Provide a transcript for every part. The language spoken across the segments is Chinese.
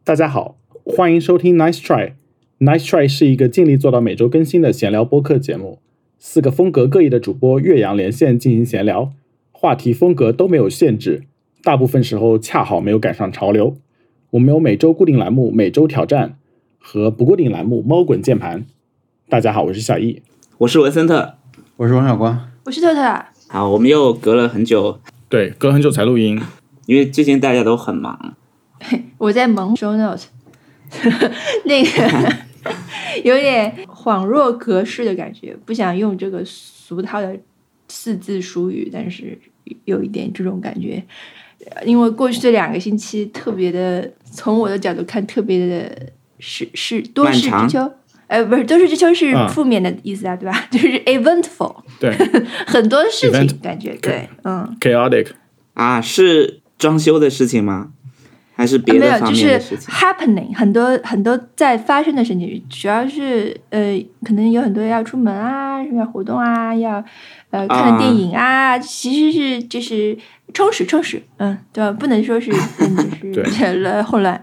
大家好，欢迎收听 Nice Try。Nice Try 是一个尽力做到每周更新的闲聊播客节目，四个风格各异的主播岳阳连线进行闲聊，话题风格都没有限制，大部分时候恰好没有赶上潮流。我们有每周固定栏目每周挑战和不固定栏目猫滚键盘。大家好，我是小易， 我是文森特， 我是王小光， 我是特特。 好，我们又隔了很久， 对，隔了很久才录音， 因为最近大家都很忙。 我在蒙 show note 那个有点恍若隔世的感觉，不想用这个俗套的四字俗语，但是有一点这种感觉，因为过去这2个星期特别的，从我的角度看特别的是多事之秋，不是多事之秋是负面的意思啊，对吧？就是 eventful， 对， 很多事情感觉对 ，chaotic 啊，是装修的事情吗？还是别的方面的事情？ 就是 happening 很多在发生的事情，主要是可能有很多要出门啊，什么活动啊，要看电影啊，其实是就是充实，对吧？不能说是就是混乱，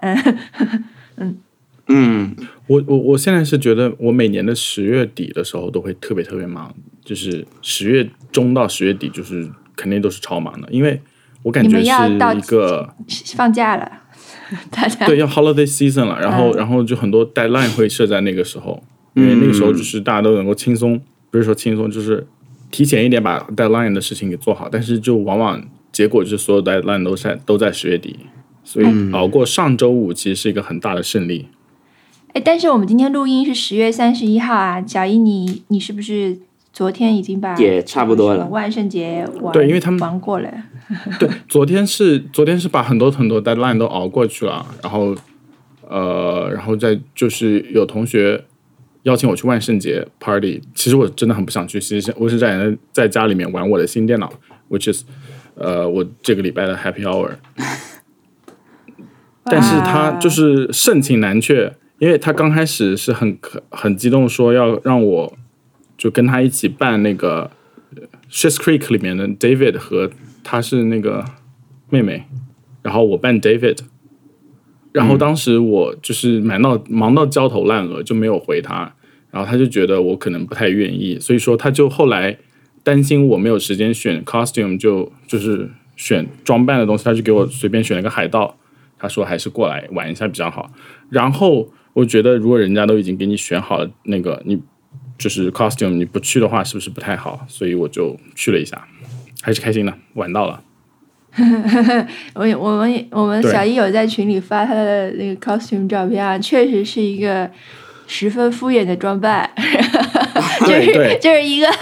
我现在是觉得我每年的10月底的时候都会特别忙，就是10月中到10月底，就是肯定都是超忙的，因为我感觉是一个放假了。大家对，要 holiday season 了，然后就很多 deadline 会设在那个时候，因为那个时候就是大家都能够轻松，不是说轻松，就是提前一点把 deadline 的事情给做好，但是就往往结果就是所有 deadline 都在10月底，所以熬过上周五其实是一个很大的胜利。 但是我们今天录音是10月31号啊，小一你是不是昨天已经把也差不多了万圣节对，因为他们玩过了。 对，昨天是把很多 deadline 都熬过去了，然后再就是有同学邀请我去万圣节 party， 其实我真的很不想去，其实我是在家里面玩我的新电脑 ，which is 我这个礼拜的 happy hour， 但是他就是盛情难却，因为他刚开始是很激动说要让我就跟他一起办那个 Schitt's Creek 里面的 David 和他是那个妹妹，然后我扮 David， 然后当时我就是忙到焦头烂额，就没有回他，然后他就觉得我可能不太愿意，所以说他就后来担心我没有时间选 costume， 就是选装扮的东西，他就给我随便选了个海盗，他说还是过来玩一下比较好。然后我觉得如果人家都已经给你选好了那个你就是 costume， 你不去的话是不是不太好？所以我就去了一下。还是开心的，玩到了。 我们小一有在群里发他的那个 costume 照片啊，确实是一个十分敷衍的装扮，就是一个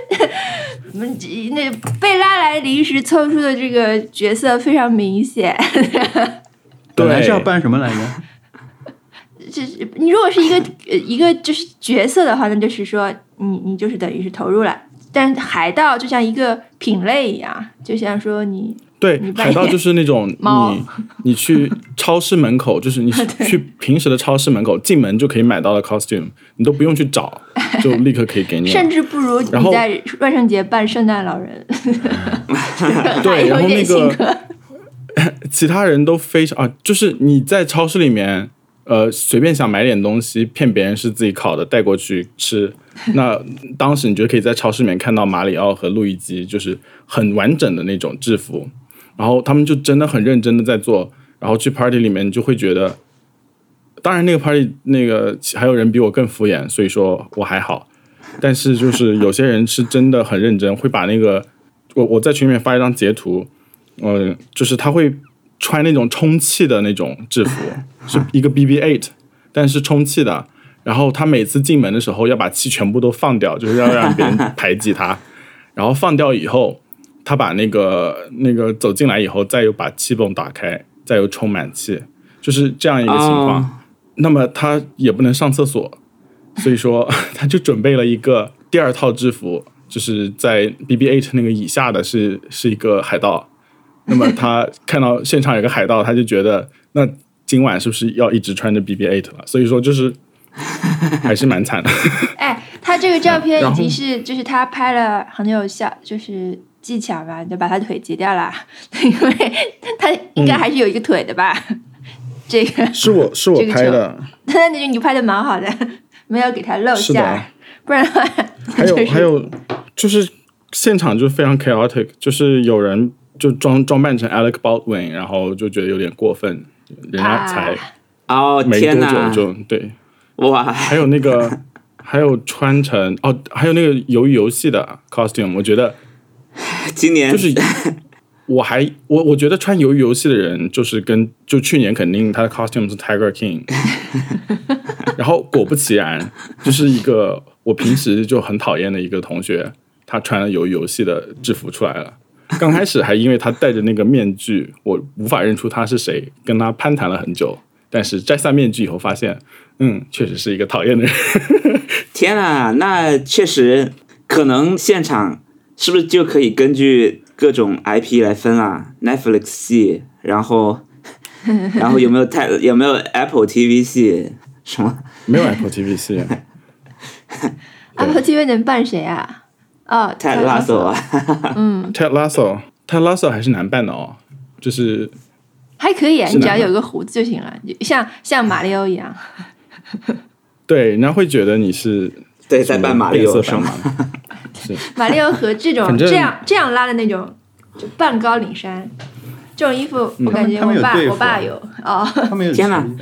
那被拉来临时凑出的这个角色非常明显。 本来是要扮什么来着？ 就是你如果是一个就是角色的话，那就是说你就是等于是投入了。但海盗就像一个品类一样，就像说你海盗就是那种你去超市门口，就是你去平时的超市门口进门就可以买到的 costume， 你都不用去找，就立刻可以给你。 甚至不如你在万圣节扮圣诞老人。 对，然后那个其他人都非常就是你在超市里面随便想买点东西，骗别人是自己烤的带过去吃。那当时你就可以在超市里面看到马里奥和路易基，就是很完整的那种制服，然后他们就真的很认真的在做，然后去 party 里面就会觉得，当然那个 party 那个还有人比我更敷衍，所以说我还好，但是就是有些人是真的很认真，会把那个我在群里面发一张截图，就是他会穿那种充气的那种制服，是一个 BB-8， 但是充气的。然后他每次进门的时候要把气全部都放掉，就是要让别人排挤他。然后放掉以后，他把那个走进来以后，再又把气泵打开，再又充满气，就是这样一个情况。那么他也不能上厕所，所以说他就准备了一个第2套制服，就是在 BB-8 那个以下的是一个海盗。那么他看到现场有个海盗，他就觉得那今晚是不是要一直穿着 BB-8 了？所以说就是还是蛮惨的。 他这个照片已经是就是他拍了很有效，就是技巧吧，就把他腿截掉了，因为他应该还是有一个腿的吧。 这个是我拍的， 那你拍的蛮好的，没有给他露是馅儿的， 不然的话还有就是现场就非常 chaotic， 就是有人就装扮成 Alec Baldwin， 然后就觉得有点过分，人家才没天多久哪， 就对， 哇， 还有那个还有穿成还有那个鱿鱼游戏的 costume， 我觉得今年就是我觉得穿鱿鱼游戏的人就去年肯定他的 costume 是 Tiger King， 然后果不其然，就是一个我平时就很讨厌的一个同学，他穿了鱿鱼游戏的制服出来了。刚开始还因为他戴着那个面具，我无法认出他是谁，跟他攀谈了很久。但是摘下面具以后发现，确实是一个讨厌的人。 天啊，那确实可能现场是不是就可以根据各种 IP 来分啊 ？Netflix 系，然后有没有 Apple TV 系什么？ 没有 Apple TV 系。 Apple TV 能扮谁啊？ Ted Lasso 啊 ，Ted Lasso 还是难扮的哦，就是还可以，你只要有个胡子就行了，像马里奥一样。 对，人家会觉得你是对在扮马里奥是吗？ 是马里奥和这种这样拉的那种就半高领衫，这种衣服我感觉我爸有他们有天哪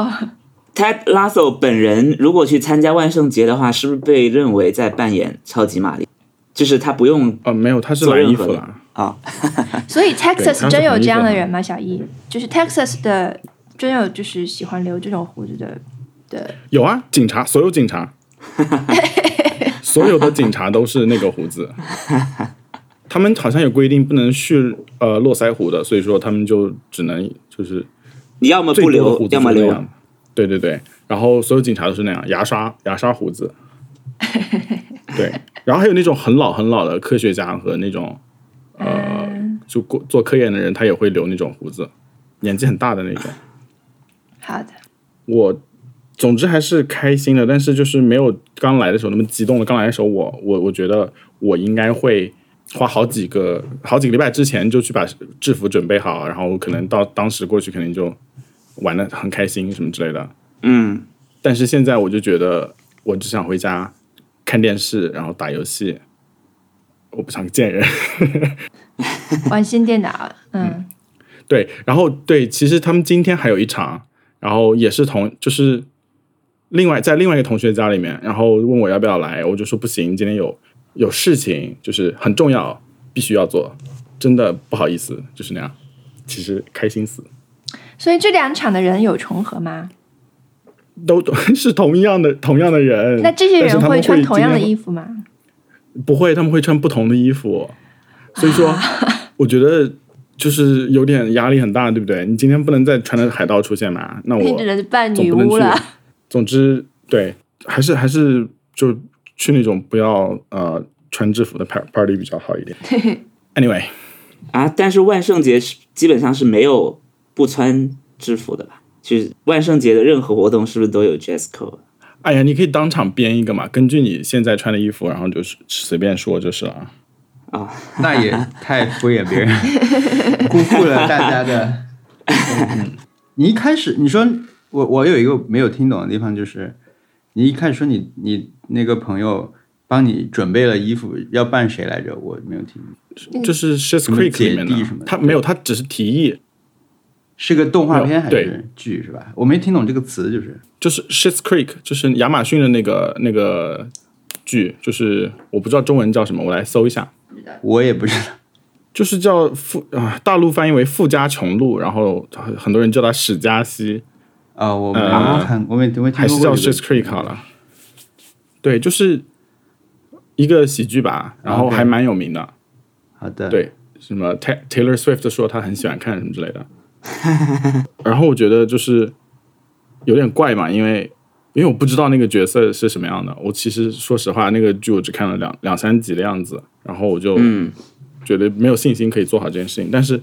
Ted Lasso 本人如果去参加万圣节的话，是不是被认为在扮演超级玛丽？就是他不用没有，他是蓝衣服了所以 Texas 真有这样的人吗？小易，就是 Texas 的真有就是喜欢留这种胡子的。 有啊，警察，所有警察，所有的警察都是那个胡子。他们好像有规定不能蓄络腮胡的，所以说他们就只能就是你要么不留，要么留。 对对对，然后所有警察都是那样，牙刷胡子。对，然后还有那种很老很老的科学家和那种就做科研的人，他也会留那种胡子，年纪很大的那种。 好的， 总之还是开心的，但是就是没有刚来的时候那么激动了。刚来的时候我觉得我应该会花好几个礼拜之前就去把制服准备好，然后可能到当时过去肯定就玩得很开心什么之类的。但是现在我就觉得我只想回家看电视，然后打游戏，我不想见人。 玩新电脑。 对，然后对，其实他们今天还有一场，然后也是就是在另外一个同学家里面，然后问我要不要来，我就说不行，今天有事情，就是很重要，必须要做，真的不好意思，就是那样。其实开心死。 所以这两场的人有重合吗？ 都是同样的人。 那这些人会穿同样的衣服吗？ 不会，他们会穿不同的衣服。所以说，我觉得就是有点压力很大，对不对？你今天不能再穿着海盗出现嘛？那我你只能扮女巫了。 总之，对，还是就去那种不要穿制服的 party 比较好一点。Anyway， 但是万圣节基本上是没有不穿制服的吧？就是万圣节的任何活动是不是都有 dress code？ 哎呀，你可以当场编一个嘛，根据你现在穿的衣服，然后就是随便说就是了。 那也太敷衍别人，辜负了大家的。你一开始你说我有一个没有听懂的地方，就是你一开始说你那个朋友帮你准备了衣服，要扮谁来着？我没有听懂。 就是 Schitt's Creek 里面的，他没有，他只是提议。 是个动画片还是剧是吧？我没听懂这个词，就是 Schitt's Creek， 就是亚马逊的那个剧，就是我不知道中文叫什么，我来搜一下。 我也不知道， 就是叫大陆翻译为富家穷路，然后很多人叫他史嘉熙。 我没看，我没听过。 还是叫 Schitt's Creek 好了。对，就是一个喜剧吧，然后还蛮有名的。 好的。 对，什么 Taylor Swift 说他很喜欢看什么之类的。然后我觉得就是有点怪嘛，因为我不知道那个角色是什么样的。我其实说实话，那个剧我只看了两三集的样子，然后我就觉得没有信心可以做好这件事情。但是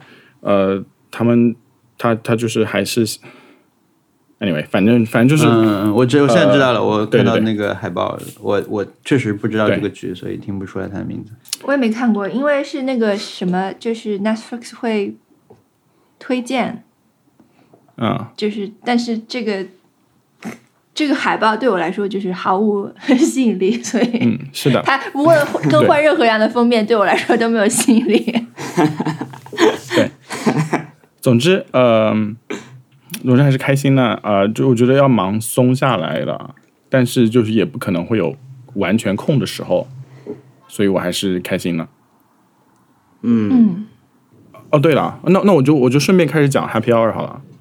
他就是还是 anyway， 反正就是我现在知道了，我看到那个海报，我确实不知道这个剧，所以听不出来他的名字。 我也没看过，因为是那个什么，就是 Netflix 会推荐。 就是但是这个海报对我来说就是毫无吸引力，所以是的， 它无论更换任何样的封面，对我来说都没有吸引力。 对，总之还是开心的就我觉得要忙松下来了，但是就是也不可能会有完全空的时候，所以我还是开心的。哦，对了，那我就顺便开始讲 Happy Hour 好了。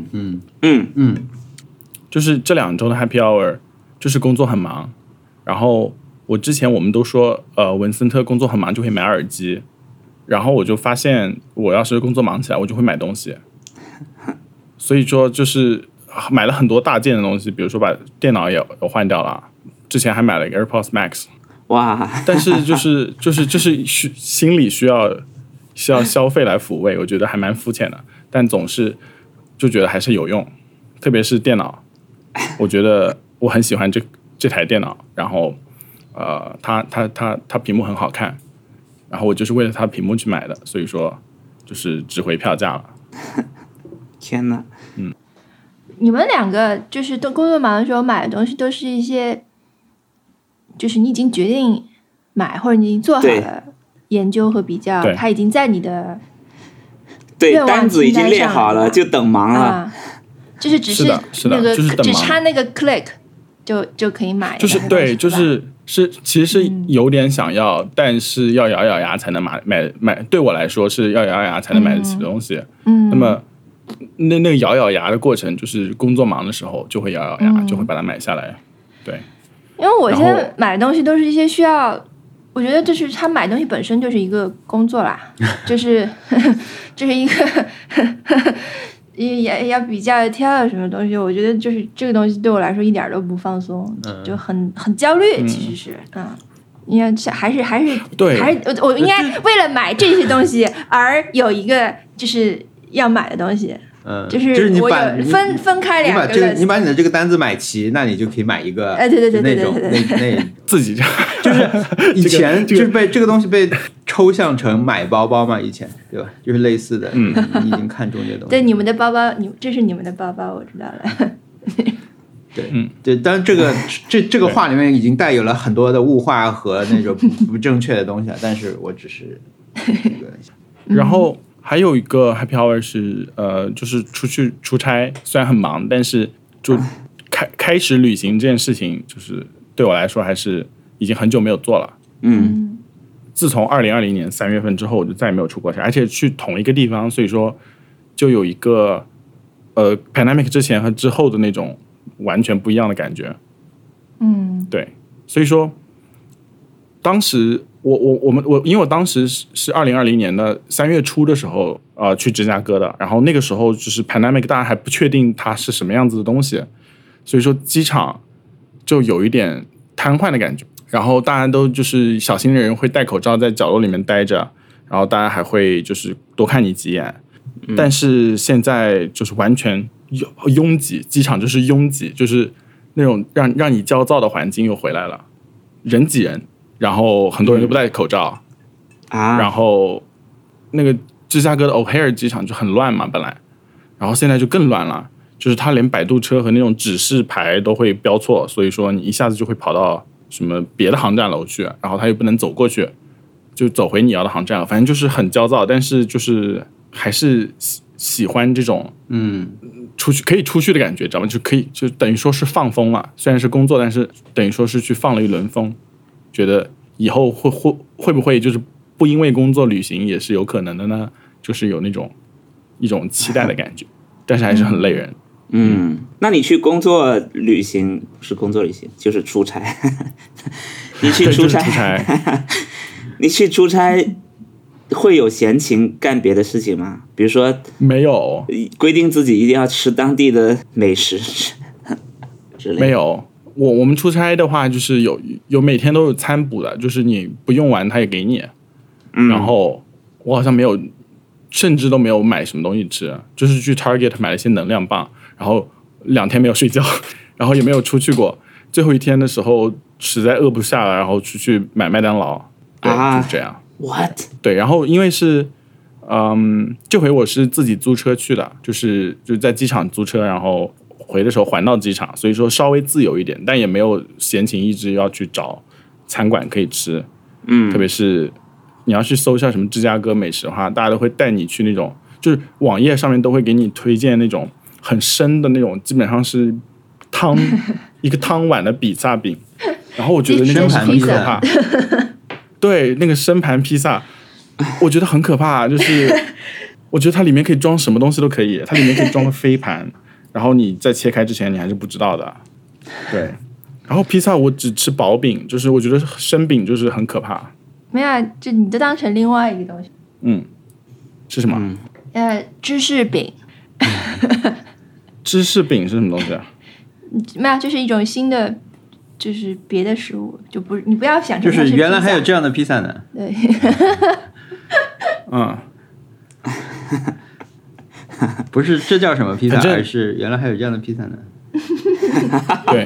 就是这2周的 Happy Hour， 就是工作很忙。然后我们都说，文森特工作很忙就会买耳机，然后我就发现，我要是工作忙起来，我就会买东西。所以说，就是买了很多大件的东西，比如说把电脑也换掉了，之前还买了一个 AirPods Max。 哇！ 但是就是心里需要消费来抚慰，我觉得还蛮肤浅的，但总是就觉得还是有用，特别是电脑，我觉得我很喜欢这台电脑，然后它屏幕很好看，然后我就是为了它屏幕去买的，所以说就是值回票价了。 天哪！ 你们2个就是都工作忙的时候买的东西，都是一些就是你已经决定买或者你已经做好了研究和比较，它已经在你的单子已经列好了，就等忙了。 就是只是那个只差那个 click 就可以买。 就是对，就是其实是有点想要，但是要咬咬牙才能买。对我来说是要咬咬牙才能买得起的东西。那么那个咬咬牙的过程，就是工作忙的时候就会咬咬牙，就会把它买下来。对， 因为我现在买的东西都是一些需要，我觉得就是他买东西本身就是一个工作啦，就是一个也要比较挑什么东西，我觉得就是这个东西对我来说一点都不放松，就很焦虑，其实是应该还是对， 还是我应该为了买这些东西而有一个就是要买的东西。就是你我有分开2个， 你把你的这个单子买齐，那你就可以买一个。 对， 那种那自己就是以前就是被这个东西被抽象成买包包嘛，以前对吧？就是类似的，你已经看中这东西。 对，你们的包包，这是你们的包包，我知道了。 对，当然这个话里面已经带有了很多的物化和那种不正确的东西，但是我只是然后。还有一个 Happy Hour 是就是出去出差，虽然很忙，但是就开始旅行这件事情，就是对我来说还是已经很久没有做了。自从2020年3月份之后，我就再也没有出过差，而且去同一个地方，所以说就有一个pandemic 之前和之后的那种完全不一样的感觉。对，所以说当时。因为我当时是2020年的3月初的时候去芝加哥的，然后那个时候就是 pandemic， 大家还不确定它是什么样子的东西，所以说机场就有一点瘫痪的感觉，然后大家都就是小心的人会戴口罩在角落里面待着，然后大家还会就是多看你几眼，但是现在就是完全拥挤，机场就是拥挤，就是那种让你焦躁的环境又回来了，人挤人。然后很多人都不戴口罩然后那个芝加哥的 O'Hare 机场就很乱嘛，本来，然后现在就更乱了，就是它连摆渡车和那种指示牌都会标错，所以说你一下子就会跑到什么别的航站楼去，然后它又不能走过去，就走回你要的航站楼，反正就是很焦躁，但是就是还是喜欢这种可以出去的感觉，知道吗？就可以就等于说是放风了，虽然是工作，但是等于说是去放了一轮风。觉得以后会不会就是不因为工作旅行也是有可能的呢？就是有那种一种期待的感觉，但是还是很累人。 那你去工作旅行不是工作旅行就是出差？你去出差，你去出差会有闲情干别的事情吗？比如说没有规定自己一定要吃当地的美食之类的？ 没有。我们出差的话，就是有每天都有餐补的，就是你不用完他也给你。然后我好像没有，甚至都没有买什么东西吃，就是去 Target 买了一些能量棒，然后2天没有睡觉，然后也没有出去过。最后一天的时候实在饿不下了，然后出去买麦当劳。对，就是这样。 What？ 对，然后因为是这回我是自己租车去的，就是在机场租车，然后回的时候还到机场，所以说稍微自由一点，但也没有闲情逸致要去找餐馆可以吃。特别是你要去搜一下什么芝加哥美食的话，大家都会带你去那种，就是网页上面都会给你推荐那种很深的那种，基本上是一个汤碗的比萨饼，然后我觉得那个很可怕。对，那个生盘披萨，我觉得很可怕，就是我觉得它里面可以装什么东西都可以，它里面可以装个飞盘，然后你在切开之前你还是不知道的。对，然后披萨我只吃薄饼，就是我觉得生饼就是很可怕。 没有，就你就当成另外一个东西。 是什么？ 芝士饼。 芝士饼是什么东西啊？ 没有，就是一种新的，就是别的食物，就不你不要想成就是原来还有这样的披萨呢。 对。 不是这叫什么披萨，而是原来还有这样的披萨呢。 对。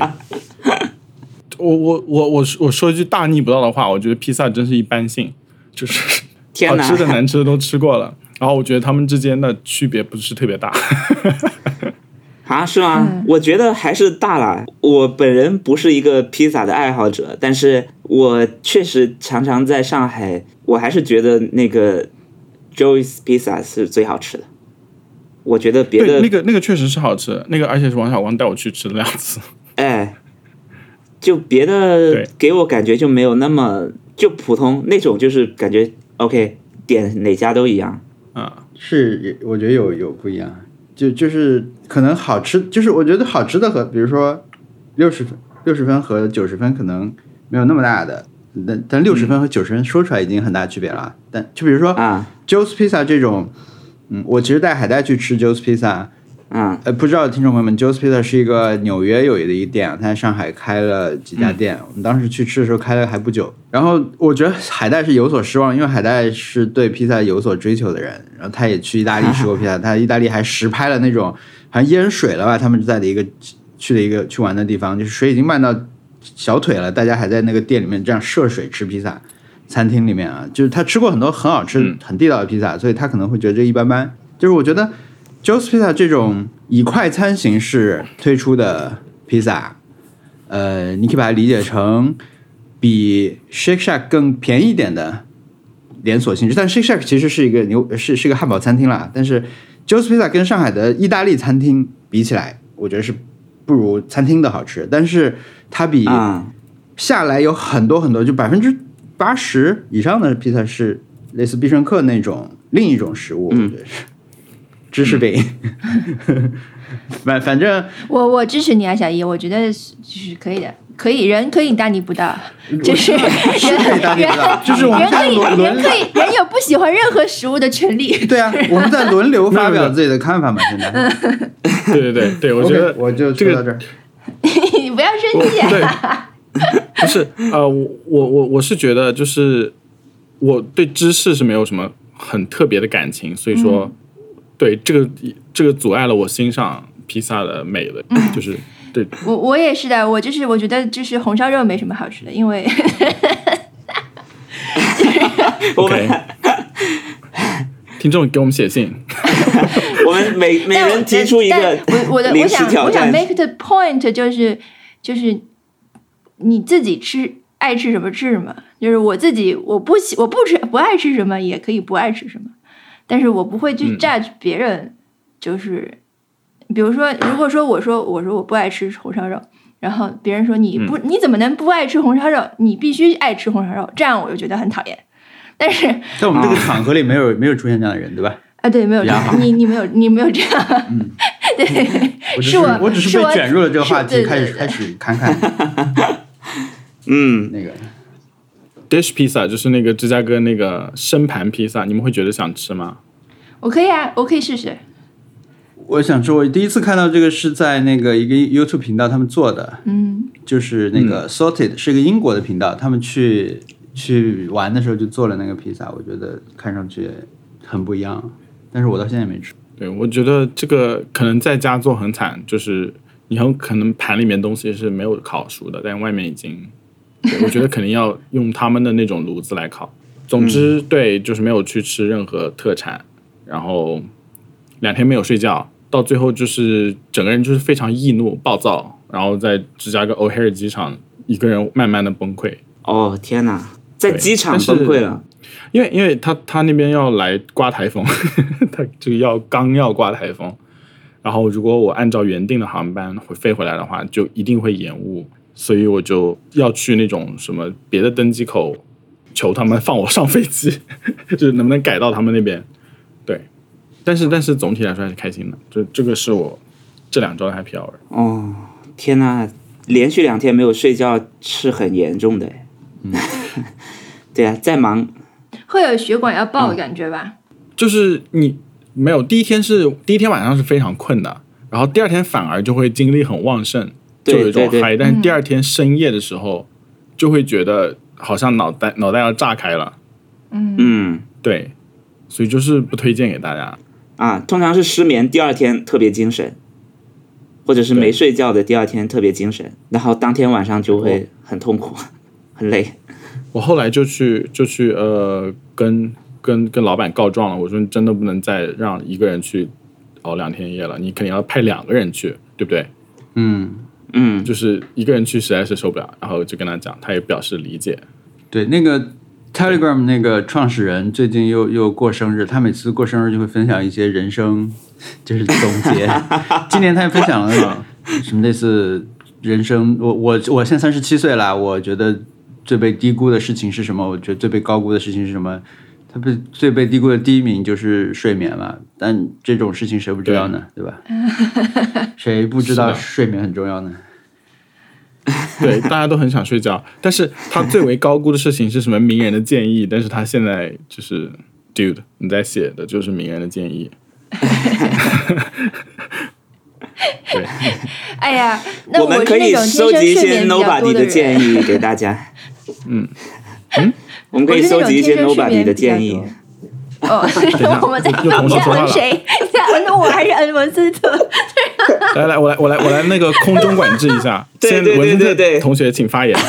我说一句大逆不道的话，我觉得披萨真是一般性，就是好吃的难吃的都吃过了，然后我觉得他们之间的区别不是特别大。 啊，是吗？我觉得还是大了。我本人不是一个披萨的爱好者，但是我确实常常在上海，我还是觉得那个 Joey's Pizza 是最好吃的。我觉得别的那个确实是好吃，那个而且是王小光带我去吃了2次。 就别的给我感觉就没有那么就普通那种，就是感觉 OK 点哪家都一样。 是，我觉得有不一样。就是可能好吃，就是我觉得好吃的和比如说60分和90分可能没有那么大的，但60分和90分说出来已经很大区别了。但就比如说Joe's Pizza 这种，我其实带海带去吃 Joe's Pizza，不知道听众朋友们 ，Joe's Pizza 是一个纽约有的一个店，他在上海开了几家店，我们当时去吃的时候开了还不久。然后我觉得海带是有所失望，因为海带是对披萨有所追求的人，然后他也去意大利吃过披萨，他意大利还实拍了那种好像淹水了吧，他们在的一个去玩的地方，就是水已经漫到小腿了，大家还在那个店里面这样涉水吃披萨。餐厅里面就是他吃过很多很好吃、很地道的披萨，所以他可能会觉得这一般般。就是我觉得 Joe's Pizza 这种以快餐形式推出的披萨，你可以把它理解成比 Shake Shack 更便宜一点的连锁性质，但 Shake Shack 其实是一个汉堡餐厅啦，但是 Joe's Pizza 跟上海的意大利餐厅比起来，我觉得是不如餐厅的好吃，但是它比下来有很多很多，就80%以上的披萨是类似必胜客那种另一种食物，我觉得是芝士饼。反正我支持你啊，小姨，我觉得就是可以的，人可以大逆不道，就是人可以大逆不道，就是我们人有不喜欢任何食物的权利。 对啊，我们在轮流发表自己的看法嘛，现在。 对，我觉得我就说到这儿。 你不要生气啊。 不是我是觉得就是我对芝士是没有什么很特别的感情，所以说对这个阻碍了我欣赏披萨的美的，就是对我也是的，我觉得就是红烧肉没什么好吃的，因为 OK 听众给我们写信。 我们每人提出一个临时挑战。 我想 make the point 就是你自己爱吃什么吃什么，就是我自己我不爱吃什么也可以不爱吃什么，但是我不会去 judge 别人，就是比如说如果说我说我不爱吃红烧肉，然后别人说你怎么能不爱吃红烧肉，你必须爱吃红烧肉，这样我就觉得很讨厌。但是在我们这个场合里没有出现这样的人，对吧？ 对，没有这样，你没有这样。对， 我只是被卷入了这个话题，开始看那个 dish pizza 就是那个芝加哥那个生盘披萨，你们会觉得想吃吗？ 我可以啊，我可以试试。 我想说，我第一次看到这个是在那个一个 YouTube 频道他们做的，就是那个 Sorted，是一个英国的频道，他们去玩的时候就做了那个披萨，我觉得看上去很不一样，但是我到现在也没吃。 对，我觉得这个可能在家做很惨，就是你很可能盘里面东西是没有烤熟的，但外面已经，我觉得肯定要用他们的那种炉子来烤。总之，对，就是没有去吃任何特产， 然后2天没有睡觉，到最后就是整个人就是非常易怒暴躁，然后在芝加哥 O'Hare 机场一个人慢慢的崩溃。 哦天哪，在机场崩溃了。 因为他那边要来刮台风，他这个刚要刮台风，然后如果我按照原定的航班飞回来的话，就一定会延误，所以我就要去那种什么别的登机口求他们放我上飞机，就是能不能改到他们那边。对，但是总体来说还是开心的，这个是我这2周的 happy hour。 哦天哪，连续2天没有睡觉是很严重的。对啊，再忙会有血管要爆的感觉吧？ 就是你没有第一天晚上是非常困的，然后第2天反而就会精力很旺盛，就有一种嗨。但是第2天深夜的时候，就会觉得好像脑袋要炸开了。对，所以就是不推荐给大家啊。通常是失眠第2天特别精神，或者是没睡觉的第2天特别精神，然后当天晚上就会很痛苦，很累。 我后来就去跟老板告状了，我说真的不能再让一个人去熬2天1夜了，你肯定要派2个人去，对不对？就是一个人去实在是受不了，然后就跟他讲，他也表示理解。 对，那个 Telegram 那个创始人最近又过生日，他每次过生日就会分享一些人生就是总结。今年他也分享了什么类似人生，我现在37岁了，我觉得最被低估的事情是什么？我觉得最被高估的事情是什么？他最被低估的第1名就是睡眠了，但这种事情谁不知道呢？ 对吧？谁不知道睡眠很重要呢？ 对，大家都很想睡觉，但是他最为高估的事情是什么？名人的建议，但是他现在就是 dude 你在写的就是名人的建议。对， 哎呀，那我们可以收集一些 nobody 的建议给大家。我们可以收集一些 nobody 的建议。 哦，我们在问谁？在问我还是恩文斯特？ 来，我来那个空中管制一下。 对， 文斯特同学请发言。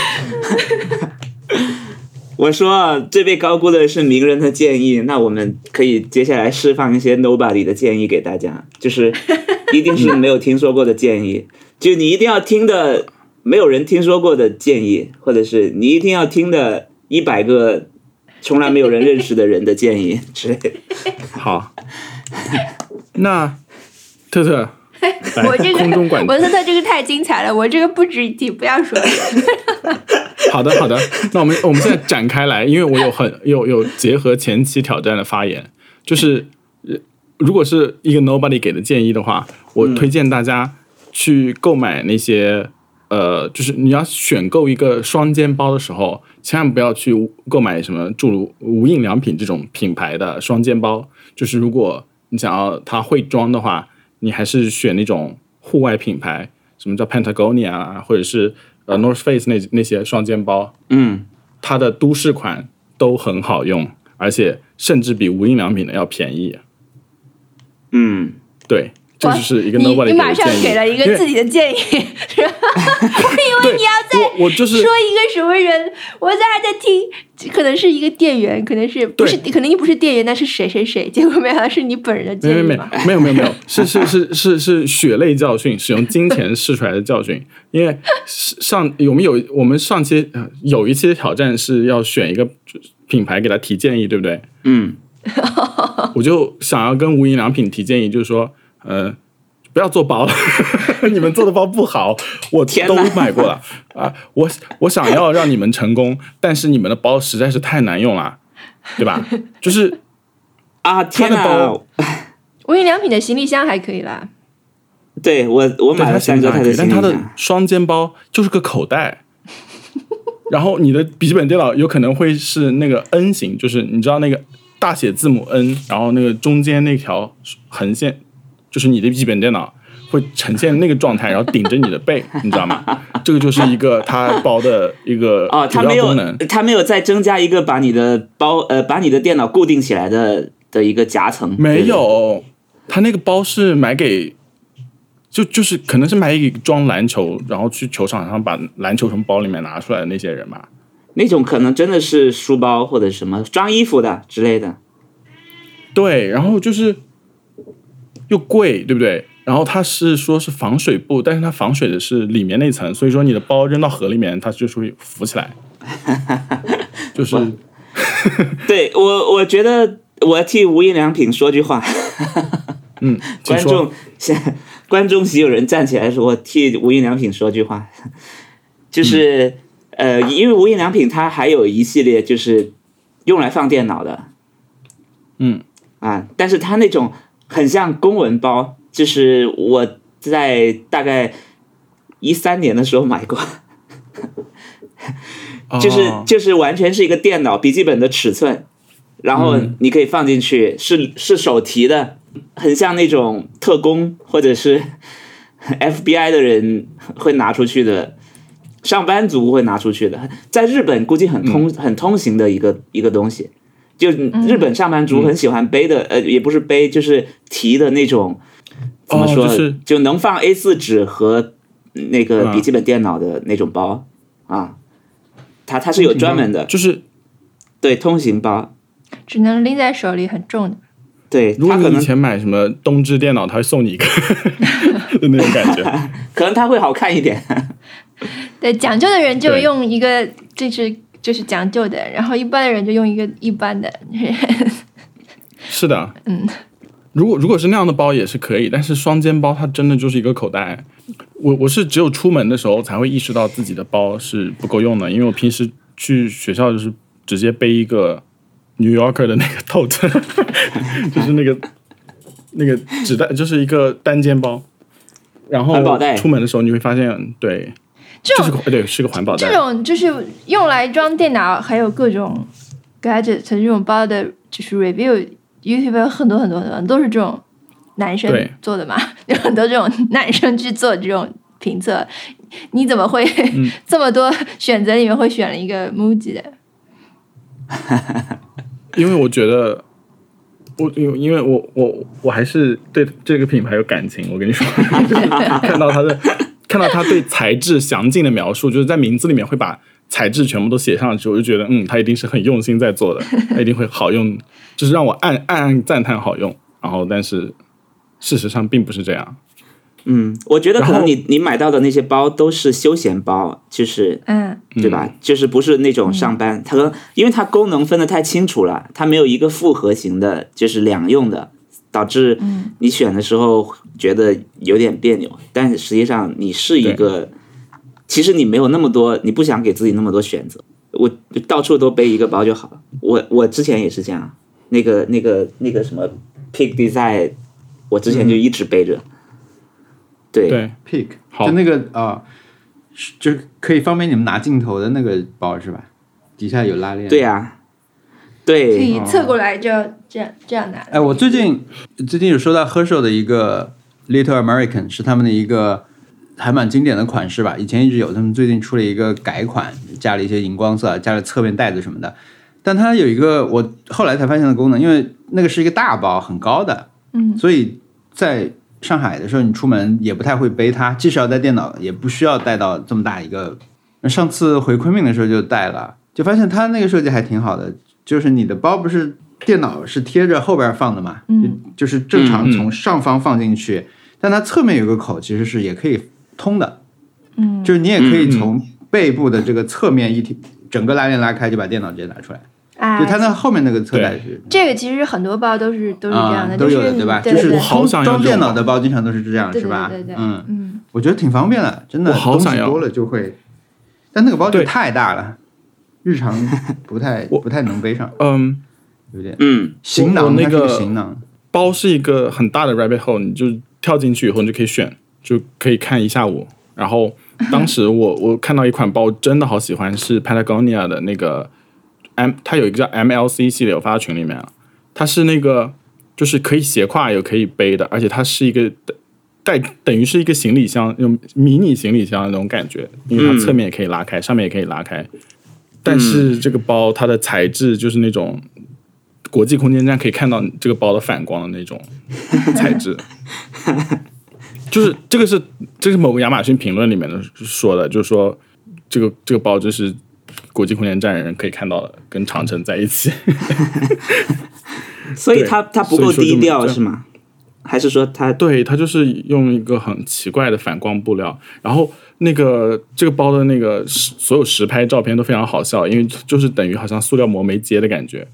我说最被高估的是名人的建议，那我们可以接下来释放一些 nobody 的建议给大家，就是一定是没有听说过的建议，就你一定要听的没有人听说过的建议，或者是你一定要听的100个从来没有人认识的人的建议之类的。 好，那特特， 我这个空中管制， 文斯特这个太精彩了，我这个不值一提，不要说了。 好的，那我们现在展开来，因为我有结合前期挑战的发言，就是如果是一个 nobody 给的建议的话，我推荐大家去购买那些就是你要选购一个双肩包的时候，千万不要去购买什么诸如无印良品这种品牌的双肩包，就是如果你想要它会装的话，你还是选那种户外品牌，什么叫 Patagonia 啊，或者是North Face 那些双肩包，它的都市款都很好用，而且甚至比无印良品的要便宜。对，这就是一个 nobody 你马上给了一个自己的建议，我以为你要再我就是说一个什么人，我还在听，可能是一个店员，可能是不是，可能不是店员，那是谁，结果没想到是你本人的建议嘛？ 没有，是血泪教训，使用金钱试出来的教训。因为我们上期有一期的挑战是要选一个品牌给他提建议，对不对？我就想要跟无印良品提建议，就是说不要做包了，你们做的包不好，我都买过了啊！我想要让你们成功，但是你们的包实在是太难用了，对吧？就是啊，天哪！ 无印良品的行李箱还可以啦。 对，我买了3个它的行李箱， 但它的双肩包就是个口袋，然后你的笔记本电脑有可能会是那个 N 型，就是你知道那个大写字母 N， 然后那个中间那条横线。就是你的笔记本电脑会呈现那个状态，然后顶着你的背，你知道吗？这个就是一个它包的一个主要功能。 它没有再增加一个把你的把你的电脑固定起来的一个夹层。 没有，它那个包是买给就是可能是买给装篮球，然后去球场上把篮球从包里面拿出来的那些人嘛。 那种可能真的是书包或者什么装衣服的之类的。 对，然后就是又贵，对不对？然后它是说是防水布，但是它防水的是里面那层，所以说你的包扔到河里面，它就是会浮起来。就是对我觉得我要替无印良品说句话。观众席有人站起来说，我替无印良品说句话，就是因为无印良品它还有一系列就是用来放电脑的，但是它那种很像公文包，就是我在大概13年的时候买过。就是完全是一个电脑笔记本的尺寸，然后你可以放进去，是手提的，很像那种特工或者是 FBI 的人会拿出去的，上班族会拿出去的，在日本估计很通行的一个东西，就日本上班族很喜欢背的，也不是背，就是提的那种，怎么说，就能放 A4 纸和那个笔记本电脑的那种包啊。它是有专门的， 就是对通行包， 只能拎在手里，很重的。 对， 如果你以前买什么东芝电脑，他会送你一个的那种感觉， 可能它会好看一点。 对，讲究的人就用一个，就是讲究的，然后一般的人就用一个一般的。 是的，如果是那样的包也是可以，但是双肩包它真的就是一个口袋。我是只有出门的时候才会意识到自己的包是不够用的，因为我平时去学校就是直接背一个 New Yorker 的那个 tote， 就是那个纸袋，就是一个单肩包。然后出门的时候你会发现，对，是个环保袋。 这种就是用来装电脑还有各种 gadget 这种包的，就是 review。YouTube 很多都是这种男生做的嘛，有很多这种男生去做这种评测，你怎么会这么多选择里面会选了一个 MUJI 的？因为我觉得因为我还是对这个品牌有感情，我跟你说，看到他对材质详尽的描述，就是在名字里面会把材质全部都写上去，我就觉得他一定是很用心在做的，他一定会好用，就是让我暗暗赞叹好用。然后但是事实上并不是这样。 我觉得可能你买到的那些包都是休闲包，就是对吧？就是不是那种上班，它可能因为它功能分得太清楚了，它没有一个复合型的，就是两用的，导致你选的时候觉得有点别扭。但实际上你是一个，其实你没有那么多，你不想给自己那么多选择，我到处都背一个包就好了。我之前也是这样，那个什么 Peak Design， 我之前就一直背着。 对 Peak 就那个就是可以方便你们拿镜头的那个包是吧？底下有拉链。 对呀，对， 可以侧过来就这样拿。 我最近有收到 Herschel 的一个 Little American， 是他们的一个还蛮经典的款式吧，以前一直有，他们最近出了一个改款，加了一些荧光色，加了侧面袋子什么的。但它有一个我后来才发现的功能，因为那个是一个大包，很高的，所以在上海的时候你出门也不太会背它，即使要带电脑也不需要带到这么大一个。上次回昆明的时候就带了，就发现它那个设计还挺好的，就是你的包不是电脑是贴着后边放的嘛，就是正常从上方放进去，但它侧面有个口其实是也可以通的，就是你也可以从背部的这个侧面一体整个拉链拉开就把电脑直接拿出来。就它那后面那个侧带是这个，其实很多包都是这样的， 都有的对吧？就是装电脑的包经常都是这样， 对是吧？ 对， 我觉得挺方便的，真的，东西多了就会，但那个包就太大了，日常不太能背上，有点行囊， 那个行囊包是一个很大的 rabbit hole， 你就跳进去以后你就可以选，就可以看一下午。然后当时我看到一款包真的好喜欢，是 Patagonia 的那个。它有一个叫 MLC 系列，我发到群里面了。它是那个就是可以斜挎也可以背的，而且它是一个等于是一个行李箱，那种迷你行李箱的那种感觉，因为它侧面也可以拉开，上面也可以拉开。但是这个包它的材质就是那种国际空间站可以看到这个包的反光的那种材质。就是这是某个亚马逊评论里面的说的，就是说这个包就是国际空间站人可以看到的，跟长城在一起。 所以它不够低调是吗？还是说它？ 对，它就是用一个很奇怪的反光布料，然后这个包的那个所有实拍照片都非常好笑，因为就是等于好像塑料膜没接的感觉。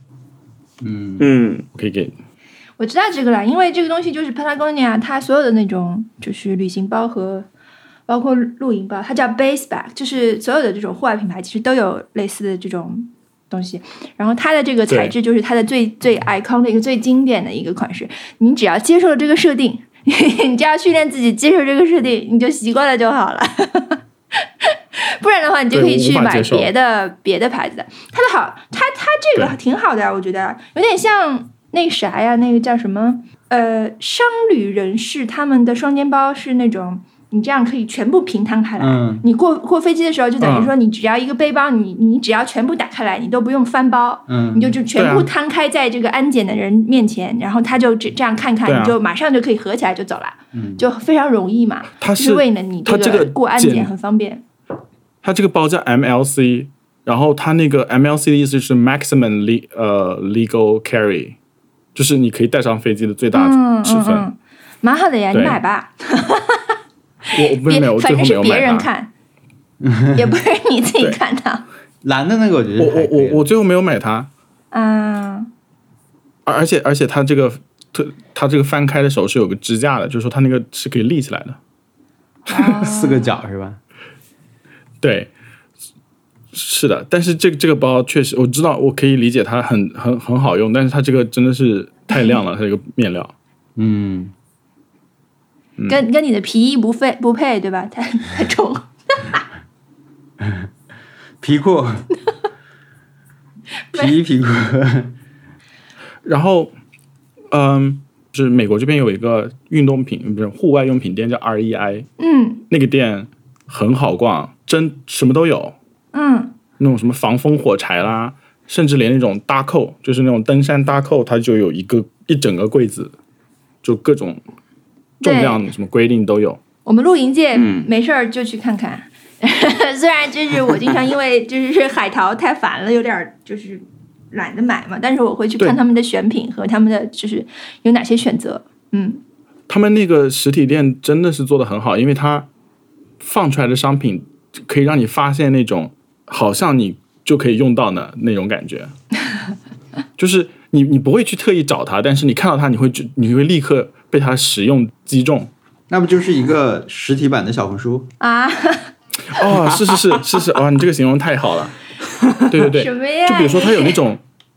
我可以给。 我知道这个了，因为这个东西就是 Patagonia 它所有的那种就是旅行包和包括露营包，它叫 base bag， 就是所有的这种户外品牌其实都有类似的这种东西，然后它的这个材质就是它的最 iconic 最经典的一个款式，你只要接受了这个设定，你就要训练自己接受这个设定，你就习惯了就好了。不然的话，你就可以去买别的牌子的。它这个挺好的，我觉得有点像那啥呀，那个叫什么商旅人士他们的双肩包是那种。你这样可以全部平摊开来，你过飞机的时候就等于说你只要一个背包，你只要全部打开来，你都不用翻包，你就全部摊开在这个安检的人面前，然后他就这样看，你就马上就可以合起来就走了，就非常容易嘛。就是为了你这个过安检很方便。 它这个包叫 MLC， 然后它那个 MLC 的意思是 maximum legal carry， 就是你可以带上飞机的最大尺寸。 蛮好的呀，你买吧。 我没有， 反正是别人看，也不是你自己看的。 蓝的那个我觉得我最后没有买它。而且它这个翻开的时候是有个支架的，就是说它那个是可以立起来的。 4个角是吧？ 对，是的。但是这个包确实我知道，我可以理解它很好用，但是它这个真的是太亮了，它这个面料。 跟你的皮衣不配对吧？太重。 皮裤，皮裤。 然后，就是美国这边有一个运动品，不是户外用品店叫 REI， 那个店很好逛，真什么都有，那种什么防风火柴啦，甚至连那种搭扣，就是那种登山搭扣，它就有一整个柜子，就各种重量什么规定都有。 我们露营界没事儿就去看看，虽然就是我经常因为就是海淘太烦了，有点就是懒得买嘛，但是我会去看他们的选品和他们的就是有哪些选择。 他们那个实体店真的是做得很好，因为它放出来的商品可以让你发现那种好像你就可以用到的那种感觉，就是你不会去特意找它，但是你看到它，你会立刻被它使用击中。 那不就是一个实体版的小红书啊？ 哦，是，哇，你这个形容太好了。对， 什么呀？ 就比如说它有那种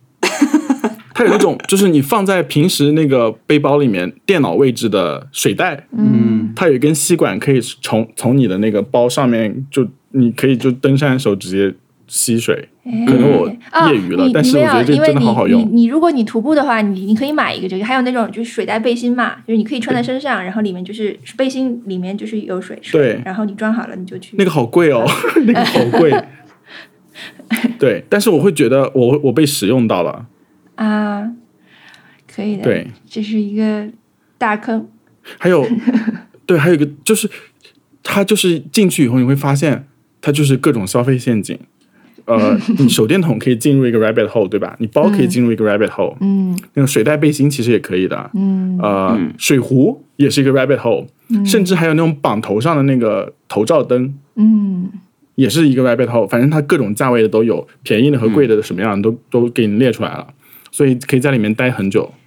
就是你放在平时那个背包里面电脑位置的水袋，它有一根吸管可以从你的那个包上面你可以就登山的时候直接吸水。可能我业余了，但是我觉得这真的好好用。 你如果你徒步的话，你可以买一个这个，还有那种就是水袋背心嘛，就是你可以穿在身上，然后里面就是背心里面就是有水， 对， 然后你装好了你就去。 那个好贵哦，那个好贵。对，但是我会觉得我被使用到了啊，可以的。 对， 这是一个大坑。 还有一个就是它就是进去以后你会发现它就是各种消费陷阱。你手电筒可以进入一个 rabbit hole， 对吧？你包可以进入一个 rabbit hole， 那个水袋背心其实也可以的，水壶也是一个 rabbit hole，甚至还有那种绑头上的那个头罩灯，也是一个 rabbit hole。反正它各种价位的都有，便宜的和贵的什么样的都给你列出来了，所以可以在里面待很久。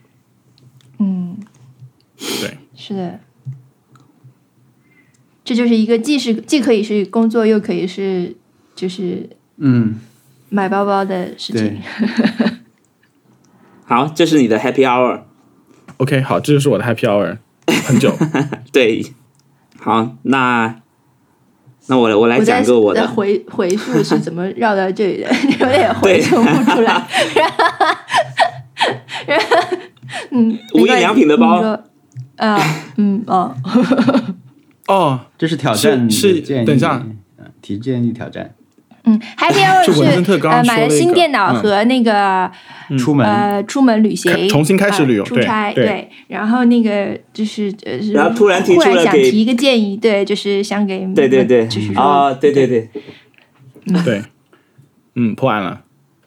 对， 是的，这就是一个既可以是工作，又可以是就是买包包的事情。 好，这是你的 happy hour。OK， 好，这就是我的 happy hour， 很久。 对，好，那我来讲个我的回复是怎么绕到这里的，有点回复不出来。 无印良品的包。 这是挑战是等一下提建议挑战。 Happy Hour 是买了新电脑和那个出门旅行， 重新开始旅游出差，对。然后那个就是然后突然提想提一个建议，对，就是想给对， 就是说对， 破案了。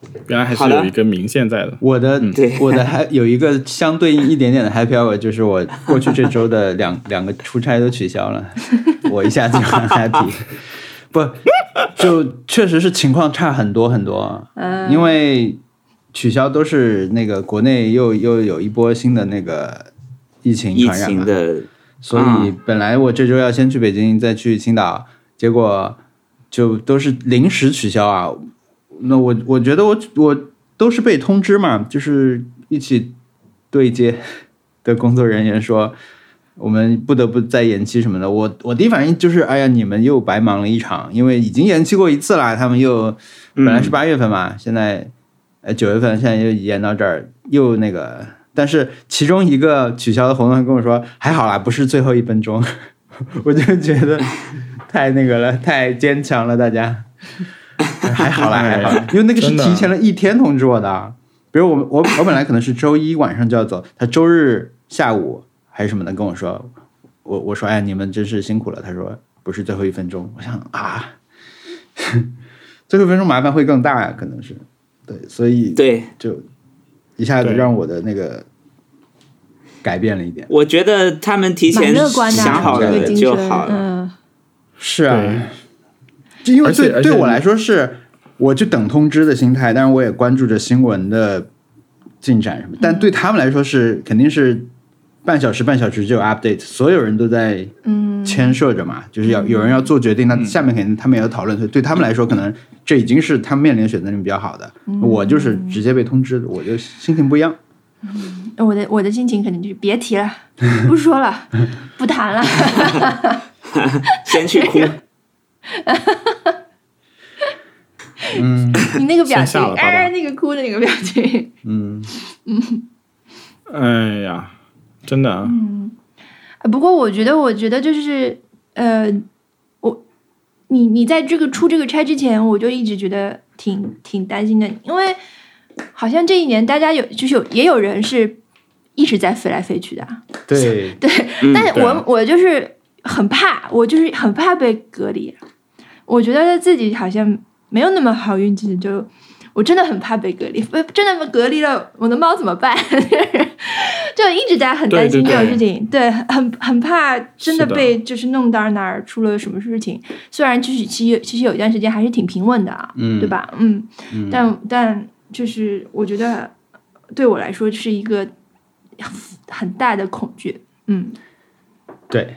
原来还是有一个明线在的。 我的对还有一个相对应一点点的 happy hour， 就是我过去这周的两个出差都取消了，我一下子就很 happy。不，就确实是情况差很多很多，因为取消都是那个国内又有一波新的那个疫情传染嘛，所以本来我这周要先去北京，再去青岛，结果就都是临时取消啊。那我觉得我都是被通知嘛，就是一起对接的工作人员说我们不得不再延期什么的。我第一反应就是哎呀，你们又白忙了一场，因为已经延期过一次了，他们又本来是8月份嘛，现在9月份，现在又延到这儿，又那个。但是其中一个取消的活动跟我说还好啦，不是最后1分钟。我就觉得太那个了，太坚强了大家。还好啦还好啦，因为那个是提前了1天通知我的。比如我本来可能是周一晚上就要走，他周日下午还是什么的跟我说，我说哎你们真是辛苦了，他说不是最后1分钟。我想啊，最后1分钟麻烦会更大呀，可能是对，所以对就一下子让我的那个改变了一点。 我觉得他们提前想好了就好了。 是啊，因为对我来说是我就等通知的心态，但是我也关注着新闻的进展什么，但对他们来说是肯定是半小时就有 update， 所有人都在牵涉着嘛，就是有人要做决定，那下面肯定他们也要讨论，所以对他们来说可能这已经是他们面临的选择里面比较好的。我就是直接被通知的，我就心情不一样。 我的心情肯定就是别提了，不说了，不谈了。 先去哭。 你那个表情，那个哭的那个表情， 哎呀，真的啊。 不过我觉得就是你在出这个差之前，我就一直觉得挺担心的，因为好像这一年大家也有人是一直在飞来飞去的。 对， 但是我就是很怕被隔离，我觉得自己好像没有那么好运气，就我真的很怕被隔离，真的隔离了我的猫怎么办？就一直在很担心这种事情，对，很怕真的被就是弄到哪儿出了什么事情。虽然其实有一段时间还是挺平稳的啊，对吧？但就是我觉得对我来说是一个很大的恐惧。 对，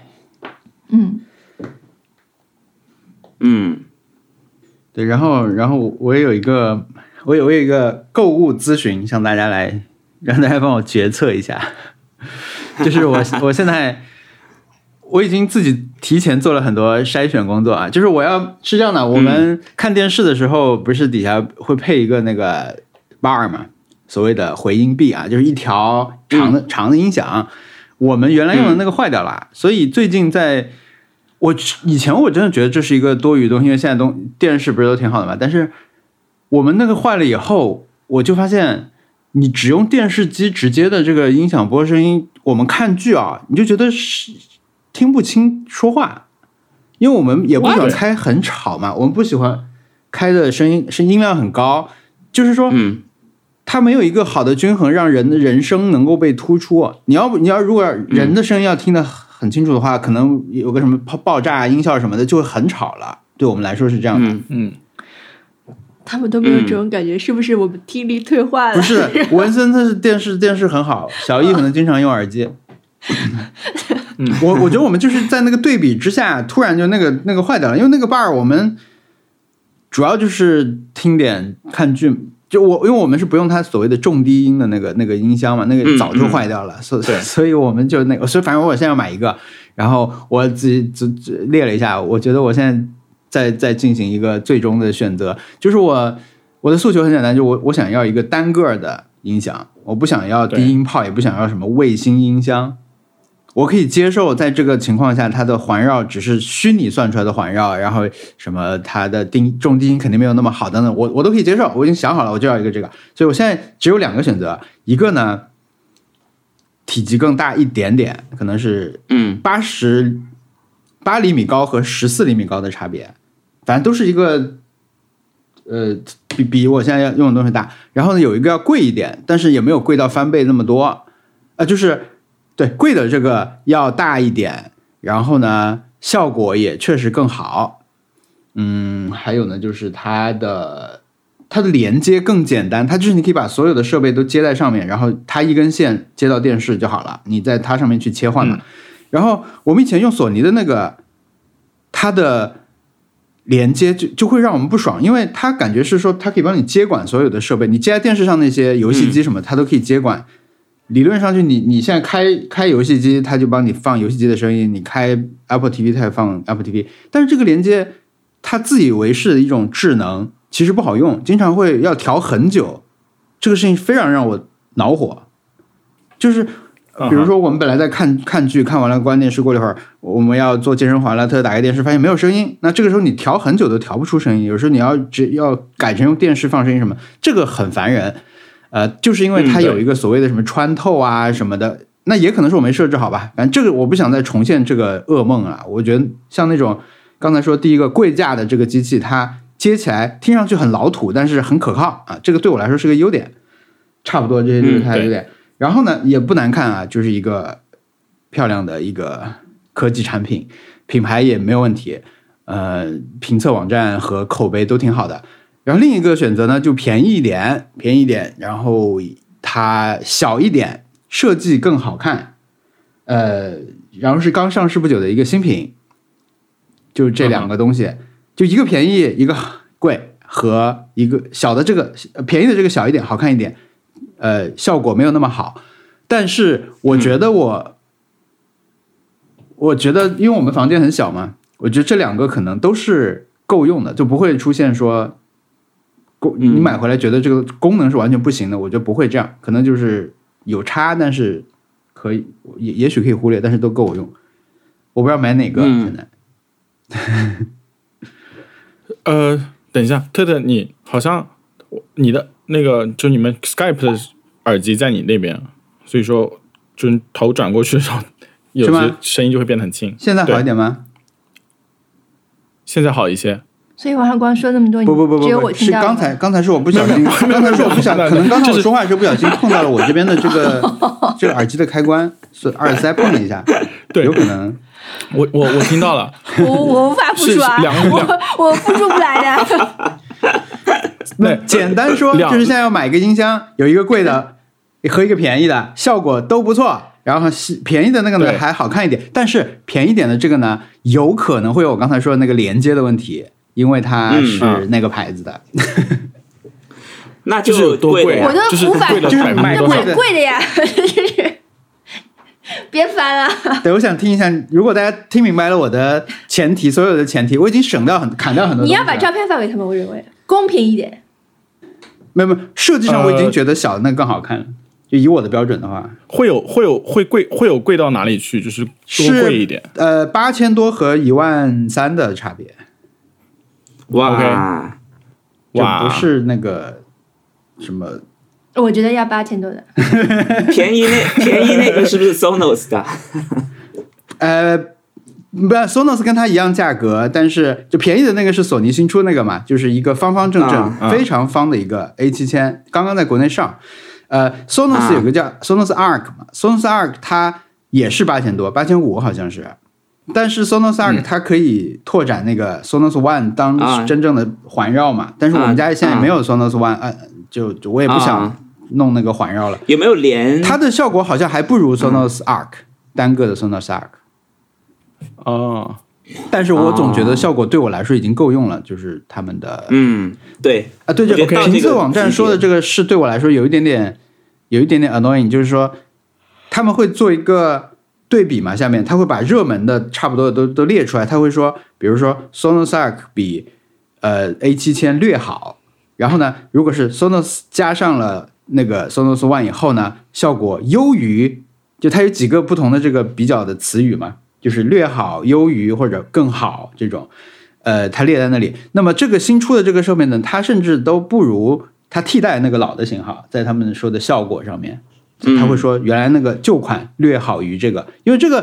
对，然后我也有一个购物咨询，向大家来让大家帮我决策一下。就是我现在我已经自己提前做了很多筛选工作啊，就是是这样的，我们看电视的时候不是底下会配一个那个 bar 嘛，所谓的回音壁啊，就是一条长的音响。我们原来用的那个坏掉了，所以最近以前我真的觉得这是一个多余的东西，因为现在电视不是都挺好的嘛。但是我们那个坏了以后，我就发现你只用电视机直接的这个音响播声音，我们看剧啊，你就觉得是听不清说话，因为我们也不喜欢开很吵嘛，我们不喜欢开的声音量很高，就是说，它没有一个好的均衡，让人的人声能够被突出。你要如果人的声音要听得很清楚的话，可能有个什么爆炸音效什么的就会很吵了，对我们来说是这样的。 他们都没有这种感觉，是不是我们听力退化了？ 不是，文森特是电视很好，小易可能经常用耳机。我觉得我们就是在那个对比之下，突然就那个坏掉了，因为那个 bar 我们主要就是听点看剧。因为我们是不用它所谓的重低音的那个音箱嘛，那个早就坏掉了，所以我们就所以反正我现在要买一个，然后我自己列了一下，我觉得我现在在进行一个最终的选择，就是我的诉求很简单，就我想要一个单个的音响，我不想要低音炮，也不想要什么卫星音箱。我可以接受在这个情况下它的环绕只是虚拟算出来的环绕，然后什么它的重低音肯定没有那么好等等，我都可以接受，我已经想好了，我就要一个这个。所以我现在只有2个选择，一个呢体积更大一点点，可能是8厘米高和14厘米高的差别，反正都是一个比我现在要用的东西大。然后呢，有一个要贵一点，但是也没有贵到翻倍那么多，就是对贵的这个要大一点，然后呢效果也确实更好。还有呢，就是它的连接更简单，它就是你可以把所有的设备都接在上面，然后它一根线接到电视就好了，你在它上面去切换嘛。然后我们以前用索尼的那个，它的连接就会让我们不爽，因为它感觉是说它可以帮你接管所有的设备，你接在电视上那些游戏机什么，它都可以接管。理论上就你现在开游戏机，它就帮你放游戏机的声音；你开 Apple TV， 它也放 Apple TV。但是这个连接，它自以为是的一种智能，其实不好用，经常会要调很久。这个事情非常让我恼火。就是比如说我们本来在看剧，看完了关电视，过了一会儿我们要做健身环了，特打开电视发现没有声音，那这个时候你调很久都调不出声音，有时候你要改成用电视放声音什么，这个很烦人。就是因为它有一个所谓的什么穿透啊什么的，那也可能是我没设置好吧，反正这个我不想再重现这个噩梦啊。我觉得像那种刚才说第一个贵价的这个机器，它接起来听上去很老土，但是很可靠啊，这个对我来说是个优点。差不多这些就是它的优点。然后呢也不难看啊，就是一个漂亮的一个科技产品，品牌也没有问题，评测网站和口碑都挺好的。然后另一个选择呢就便宜一点，然后它小一点，设计更好看，然后是刚上市不久的一个新品，就这两个东西，就一个便宜一个贵，和一个小的这个便宜的这个小一点好看一点，效果没有那么好，但是我觉得我觉得因为我们房间很小嘛，我觉得这两个可能都是够用的，就不会出现说你买回来觉得这个功能是完全不行的，我觉得不会这样，可能就是有差，但是可以也许可以忽略，但是都够我用。我不知道买哪个现在。 等一下，特特，你好像你的那个就你们 Skype 的耳机在你那边，所以说就头转过去的时候，有些声音就会变得很轻。 现在好一点吗？ 现在好一些。 所以王上光说那么多， 不， 只有我听到。 是刚才是我不小心，可能刚才我说话的时候不小心碰到了我这边的这个耳机的开关，所以耳塞碰了一下，对，有可能。 我听到了， 我无法复述啊，我复述不来的。 那简单说就是现在要买一个音箱，有一个贵的和一个便宜的，效果都不错。然后便宜的那个呢还好看一点，但是便宜点的这个呢，有可能会有我刚才说的那个连接的问题，因为它是那个牌子的。 那就是多贵我都无法， 就是买贵的， 贵的呀，就是别翻了。 对，我想听一下，如果大家听明白了我的前提，所有的前提，我已经砍掉很多。 你要把照片发给他们，我认为公平一点。 没有，设计上我已经觉得小的那个更好看了。就以我的标准的话，会贵到哪里去？就是多贵一点 ，8000多和13000的差别。 哇， 就不是那个什么。 我觉得要8000多的。 便宜那个是不是 Sonos 的？ 不 ，Sonos 跟它一样价格，但是就便宜的那个是索尼新出那个嘛，就是一个方方正正、非常方的一个 A7000，刚刚在国内上。Sonos 有个叫 Sonos Arc 嘛，Sonos Arc 它也是8000多，8500好像是，但是 Sonos Arc 它可以拓展那个 Sonos One 当真正的环绕嘛，但是我们家现在没有 Sonos One，就我也不想弄那个环绕了。 有没有连？ 它的效果好像还不如 Sonos Arc，单个的 Sonos Arc。但是我总觉得效果对我来说已经够用了，就是他们的对啊，对，这评测网站说的这个是对我来说有一点点 annoying， 就是说他们会做一个对比嘛，下面他会把热门的差不多的都列出来，他会说，比如说 Sonos Arc 比A7000略好，然后呢，如果是 Sonos 加上了那个 Sonos One 以后呢，效果优于，就它有几个不同的这个比较的词语嘛。就是略好、优于或者更好这种，它列在那里。那么这个新出的这个设备呢，它甚至都不如它替代那个老的型号，在他们说的效果上面，他会说原来那个旧款略好于这个，因为这个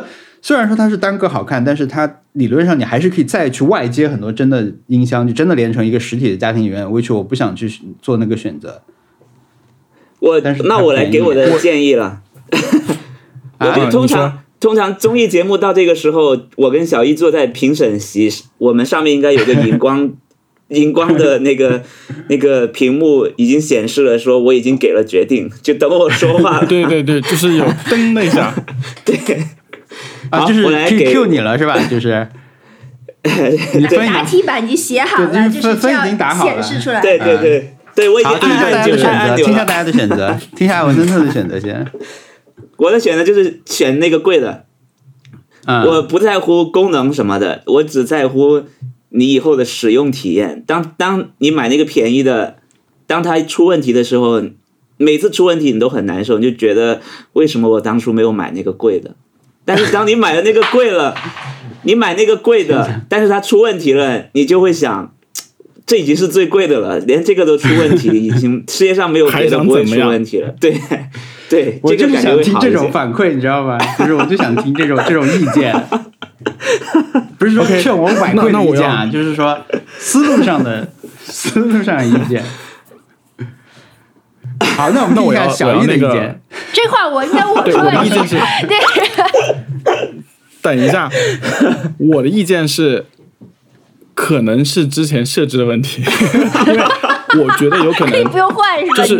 虽然说它是单个好看，但是它理论上你还是可以再去外接很多真的音箱，就真的连成一个实体的家庭影院。which 我不想去做那个选择。 那我来给我的建议了。我觉得通常综艺节目到这个时候，我跟小易坐在评审席，我们上面应该有个荧光的那个屏幕已经显示了，说我已经给了决定，就等我说话了。 对对对，就是有噔的一下。 对。 啊，就是我来给 Q 你了是吧？就是你分答题板你写好了，就是这样显示出来。 对对对对，我已经按听一下大家的选择，听一下文森特的选择先。 我的选择就是选那个贵的，我不在乎功能什么的，我只在乎你以后的使用体验。当你买那个便宜的，当它出问题的时候，每次出问题你都很难受，你就觉得为什么我当初没有买那个贵的？但是当你买了那个贵了，你买那个贵的，但是它出问题了，你就会想，这已经是最贵的了，连这个都出问题，已经世界上没有别的不会出问题了。对对， 我就是想听这种反馈，你知道吗？就是我就想听这种意见，不是说劝我反馈的意见啊，就是说思路上的意见。好，那我们听一下小易的意见。 这话我应该我说的意见是，等一下，我的意见是，可能是之前设置的问题，因为我觉得有可能可以不用换是吧？ 就是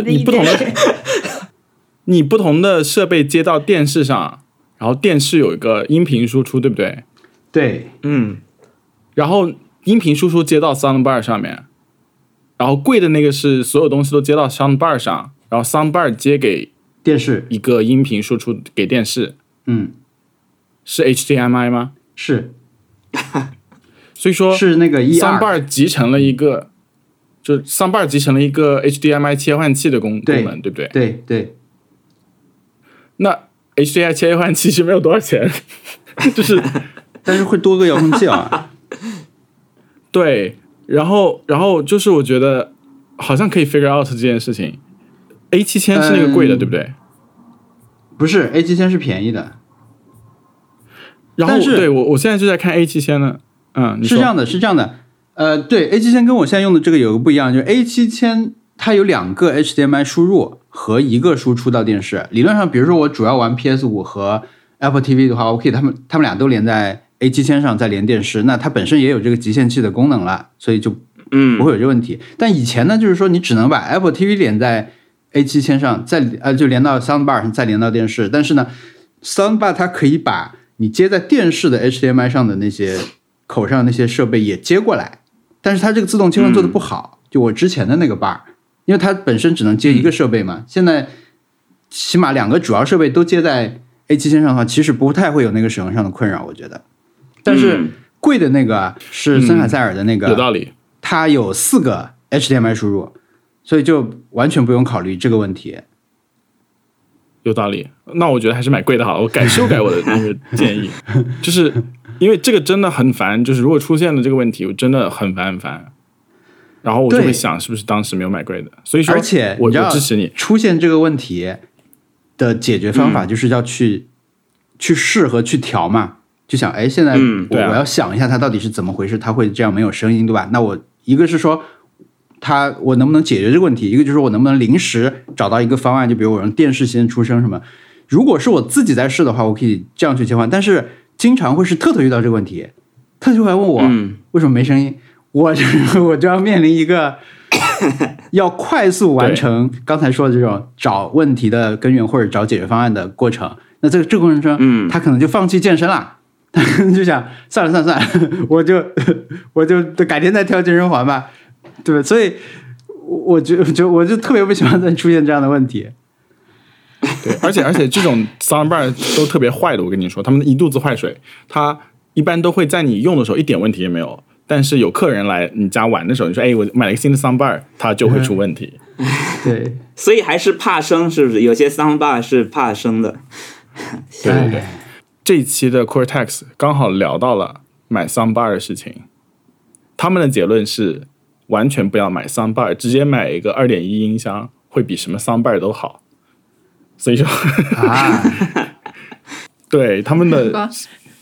你不同的设备接到电视上，然后电视有一个音频输出，对不对？ 对， 然后音频输出接到 soundbar 上面，然后贵的那个是所有东西都接到 soundbar 上，然后 soundbar 接给电视一个音频输出给电视，是 HDMI 吗？ 是， 所以说是那个 soundbar 集成了一个，就 soundbar 集成了一个 HDMI 切换器的功能，对不对？ 对对。 那 HDMI 切换器是没有多少钱，就是但是会多个遥控器啊。 对，然后就是我觉得好像可以 figure out 这件事情。A7000是那个贵的，对不对？ 不是 A7000是便宜的。 然后对我现在就在看 A7000 呢。你说是这样的。对 A7000跟我现在用的这个有个不一样，就是 A7000它有2个 HDMI 输入和1个输出到电视。理论上，比如说我主要玩 PS5 和 Apple TV 的话，我可以他们俩都连在 A7000上再连电视，那它本身也有这个集线器的功能了，所以就不会有这个问题。但以前呢，就是说你只能把 Apple TV 连在 A7000上，就连到 Soundbar 上，再连到电视。但是呢 Soundbar 它可以把你接在电视的 HDMI 上的那些口上的那些设备也接过来，但是它这个自动切换做的不好，就我之前的那个 bar， 因为它本身只能接一个设备嘛，现在起码2个主要设备都接在 A7000上的话，其实不太会有那个使用上的困扰，我觉得。但是贵的那个是森海塞尔的那个， 有道理， 它有4个 HDMI 输入，所以就完全不用考虑这个问题。 有道理，那我觉得还是买贵的好了。我修改我的那个建议，就是因为这个真的很烦，就是如果出现了这个问题，我真的很烦。然后我就会想，是不是当时没有买贵的？所以说， 而且我支持你。 出现这个问题的解决方法就是要去试和去调嘛，就想，哎，现在我要想一下它到底是怎么回事，它会这样没有声音，对吧？那我一个是说，我能不能解决这个问题？一个就是我能不能临时找到一个方案，就比如我用电视先出声什么。如果是我自己在试的话，我可以这样去切换。但是经常会是特遇到这个问题，特会来问我为什么没声音，我就要面临一个要快速完成刚才说的这种找问题的根源或者找解决方案的过程。那这个过程中，他可能就放弃健身了，他就想算了，我就改天再跳健身环吧。对，所以我就特别不喜欢再出现这样的问题。 对，而且这种 soundbar 都特别坏的，我跟你说，他们一肚子坏水，它一般都会在你用的时候一点问题也没有，但是有客人来你家玩的时候，你说哎，我买了一个新的 soundbar， 它就会出问题。 对， 所以还是怕生，是不是？有些 soundbar 是怕生的。 对，这一期的 Cortex 刚好聊到了买 soundbar 的事情，他们的结论是完全不要买 soundbar， 直接买一个 2.1 音箱会比什么 soundbar 都好。所以说对他们的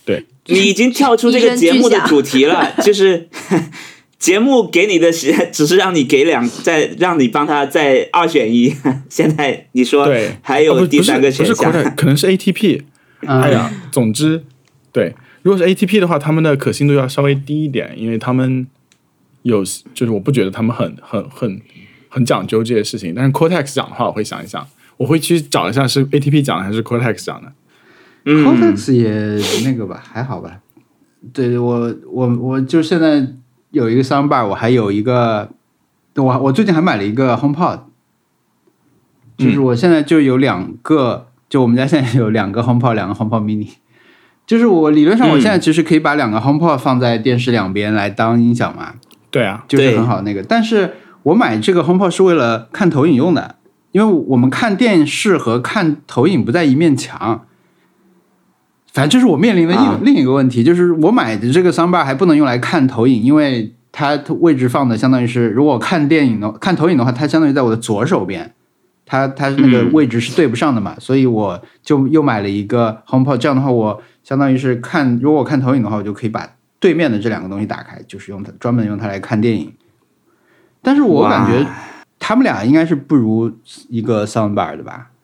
对， 你已经跳出这个节目的主题了，就是节目给你的只是让你让你帮他再2选1，现在你说还有第3个选项， 不是可能是 ATP。哎呀，总之，对，如果是 ATP 的话，他们的可信度要稍微低一点，因为他们就是我不觉得他们很讲究这些事情。但是 Cortex 讲的话，我会想一想，我会去找一下是 ATP 讲的还是 Cortex 讲的。 Cortex 也那个吧，还好吧。对，我就现在有一个 soundbar， 我还有一个，我最近还买了一个 HomePod， 就是我现在就有2个。就我们家现在有2个 HomePod， 2个 HomePod mini， 就是我理论上我现在其实可以把2个 HomePod 放在电视两边来当音响嘛。 对啊， 就是很好那个。但是我买这个 HomePod 是为了看投影用的，因为我们看电视和看投影不在一面墙。反正这是我面临的另一个问题，就是我买的这个 soundbar 还不能用来看投影，因为它位置放的相当于是，如果看投影的话，它相当于在我的左手边。它那个位置是对不上的嘛，所以我就又买了一个 HomePod， 这样的话我相当于是如果我看投影的话，我就可以把对面的这2个东西打开，就是专门用它来看电影。但是我感觉他们俩应该是不如一个 soundbar 的吧。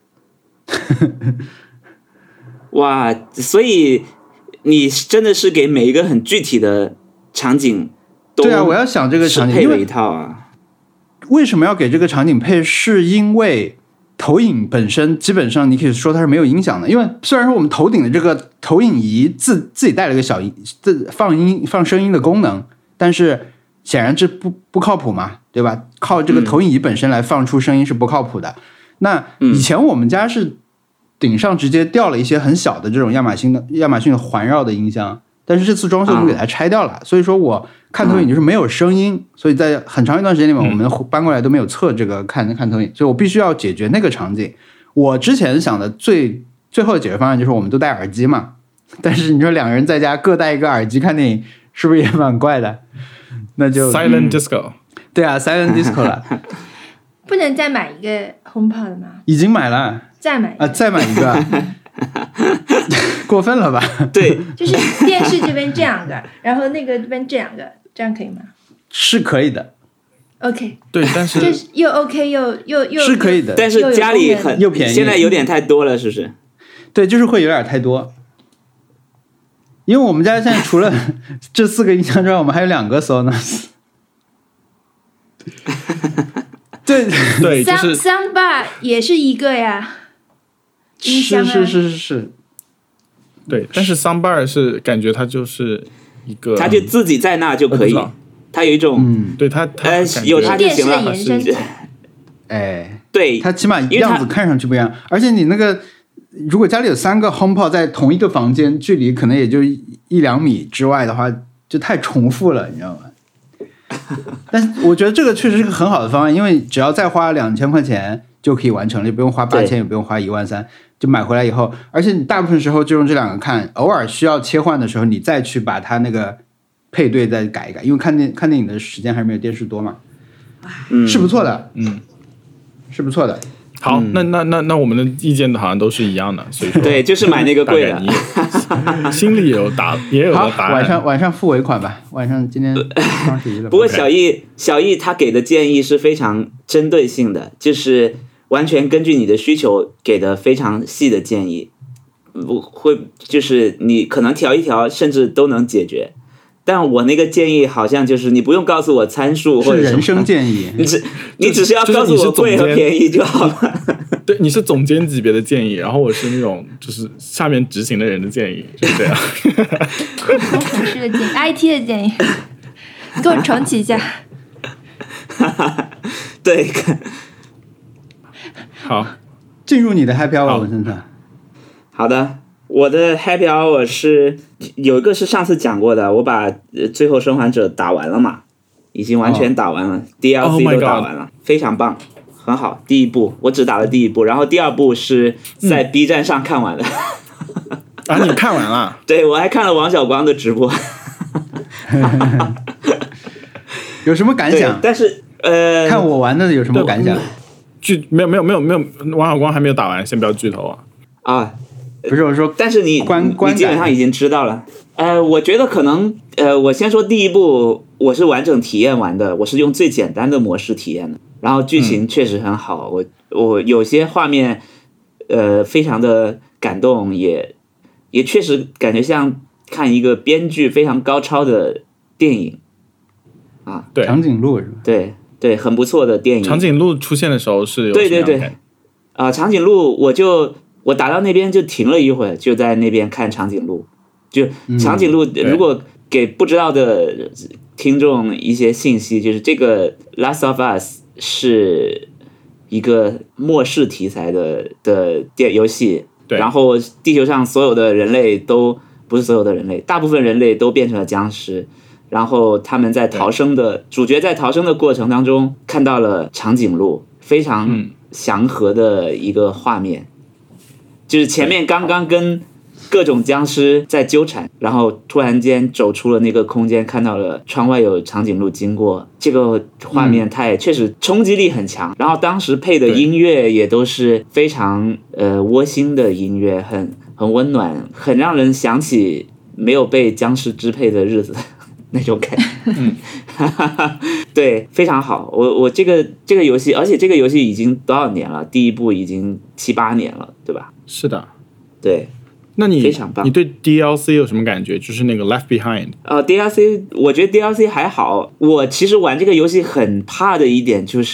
哇，所以你真的是给每一个很具体的场景都对啊，我要想这个场景配了一套啊。 为什么要给这个场景配？是因为投影本身基本上你可以说它是没有音响的，因为虽然说我们头顶的这个投影仪自己带了个小放声音的功能，但是显然这不靠谱嘛，对吧？靠这个投影仪本身来放出声音是不靠谱的。那以前我们家是顶上直接吊了一些很小的这种亚马逊的环绕的音箱，但是这次装修我们给它拆掉了，所以说我看投影就是没有声音，所以在很长一段时间里面我们搬过来都没有测这个看投影，所以我必须要解决那个场景。我之前想的最后的解决方案就是我们都戴耳机嘛，但是你说2个人在家各戴一个耳机看电影是不是也蛮怪的？那就 Silent Disco。 对啊 Silent Disco 了。 不能再买一个 HomePod 吗？ 已经买了， 再买一个过分了吧？ 对， 就是电视这边这2个，然后那个这边这2个，这样可以吗？ 是可以的。 OK， 对，但是就是又 OK 又是可以的， 但是家里又便宜， 现在有点太多了，是不是？ 对，就是会有点太多。因为我们家现在除了这4个音箱之外，我们还有2个 Sonos。对， 就是 Soundbar 也是一个呀，音箱啊， 是。 对，但是 Soundbar 是感觉它就是一个， 它就自己在那就可以，它有一种对它有它就行了。 电视的延伸。 哎， 对， 它起码样子看上去不一样，而且你那个如果家里有3个 HomePod 在同一个房间，距离可能也就1-2米之外的话，就太重复了，你知道吗？但是我觉得这个确实是个很好的方案，因为只要再花2000块钱就可以完成了，也不用花8000，也不用花13000，就买回来以后，而且你大部分时候就用这2个看，偶尔需要切换的时候，你再去把它那个配对再改一改，因为看电影的时间还是没有电视多嘛，是不错的，是不错的。 好，那我们的意见好像都是一样的，所以说对，就是买那个贵的， 心里也有答案。 晚上付尾款吧，晚上今天双11了。 不过小易他给的建议是非常针对性的，就是完全根据你的需求给的非常细的建议，不会就是你可能调一调甚至都能解决。但我那个建议好像就是你不用告诉我参数或者是人生建议， 你只是要告诉我贵和便宜就好了。 对，你是总监级别的建议，然后我是那种就是下面执行的人的建议，就是这样。 我同事的建议 ，IT 的建议，你给我重启一下。 对， 好， 进入你的 Happy Hour 文森特。 好的。我的 Happy Hour 是有一个是上次讲过的，我把最后生还者打完了嘛，已经完全打完了， DLC 都打完了，非常棒，很好。第一部我只打了第一部，然后第2部是在 B 站上看完的。 啊，你看完了？ 对，我还看了王小光的直播。 有什么感想？ 但是看我玩的有什么感想？ 没有，王小光还没有打完，先不要剧透啊。 不是我说， 但是你基本上已经知道了。我觉得可能我先说第一部，我是完整体验完的，我是用最简单的模式体验的，然后剧情确实很好，我有些画面非常的感动，也确实感觉像看一个编剧非常高超的电影啊。 对， 长颈鹿是吧？ 对，很不错的电影。 长颈鹿出现的时候是有对长颈鹿我打到那边就停了一会儿，就在那边看长颈鹿。就长颈鹿，如果给不知道的听众一些信息，就是这个《Last of Us》是一个末世题材的游戏，然后地球上所有的人类都不是所有的人类，大部分人类都变成了僵尸，然后他们在逃生的主角在逃生的过程当中看到了长颈鹿，非常祥和的一个画面，就是前面刚刚跟各种僵尸在纠缠，然后突然间走出了那个空间，看到了窗外有长颈鹿经过，这个画面确实冲击力很强。然后当时配的音乐也都是非常窝心的音乐，很温暖，很让人想起没有被僵尸支配的日子那种感觉。对，非常好。我这个游戏，而且这个游戏已经多少年了？第一部已经7、8年了，对吧？ 是的， 对。 那非常棒。 你对 DLC 有什么感觉？就是那个 Left Behind。 DLC 我觉得 DLC 还好。我其实玩这个游戏很怕的一点就是，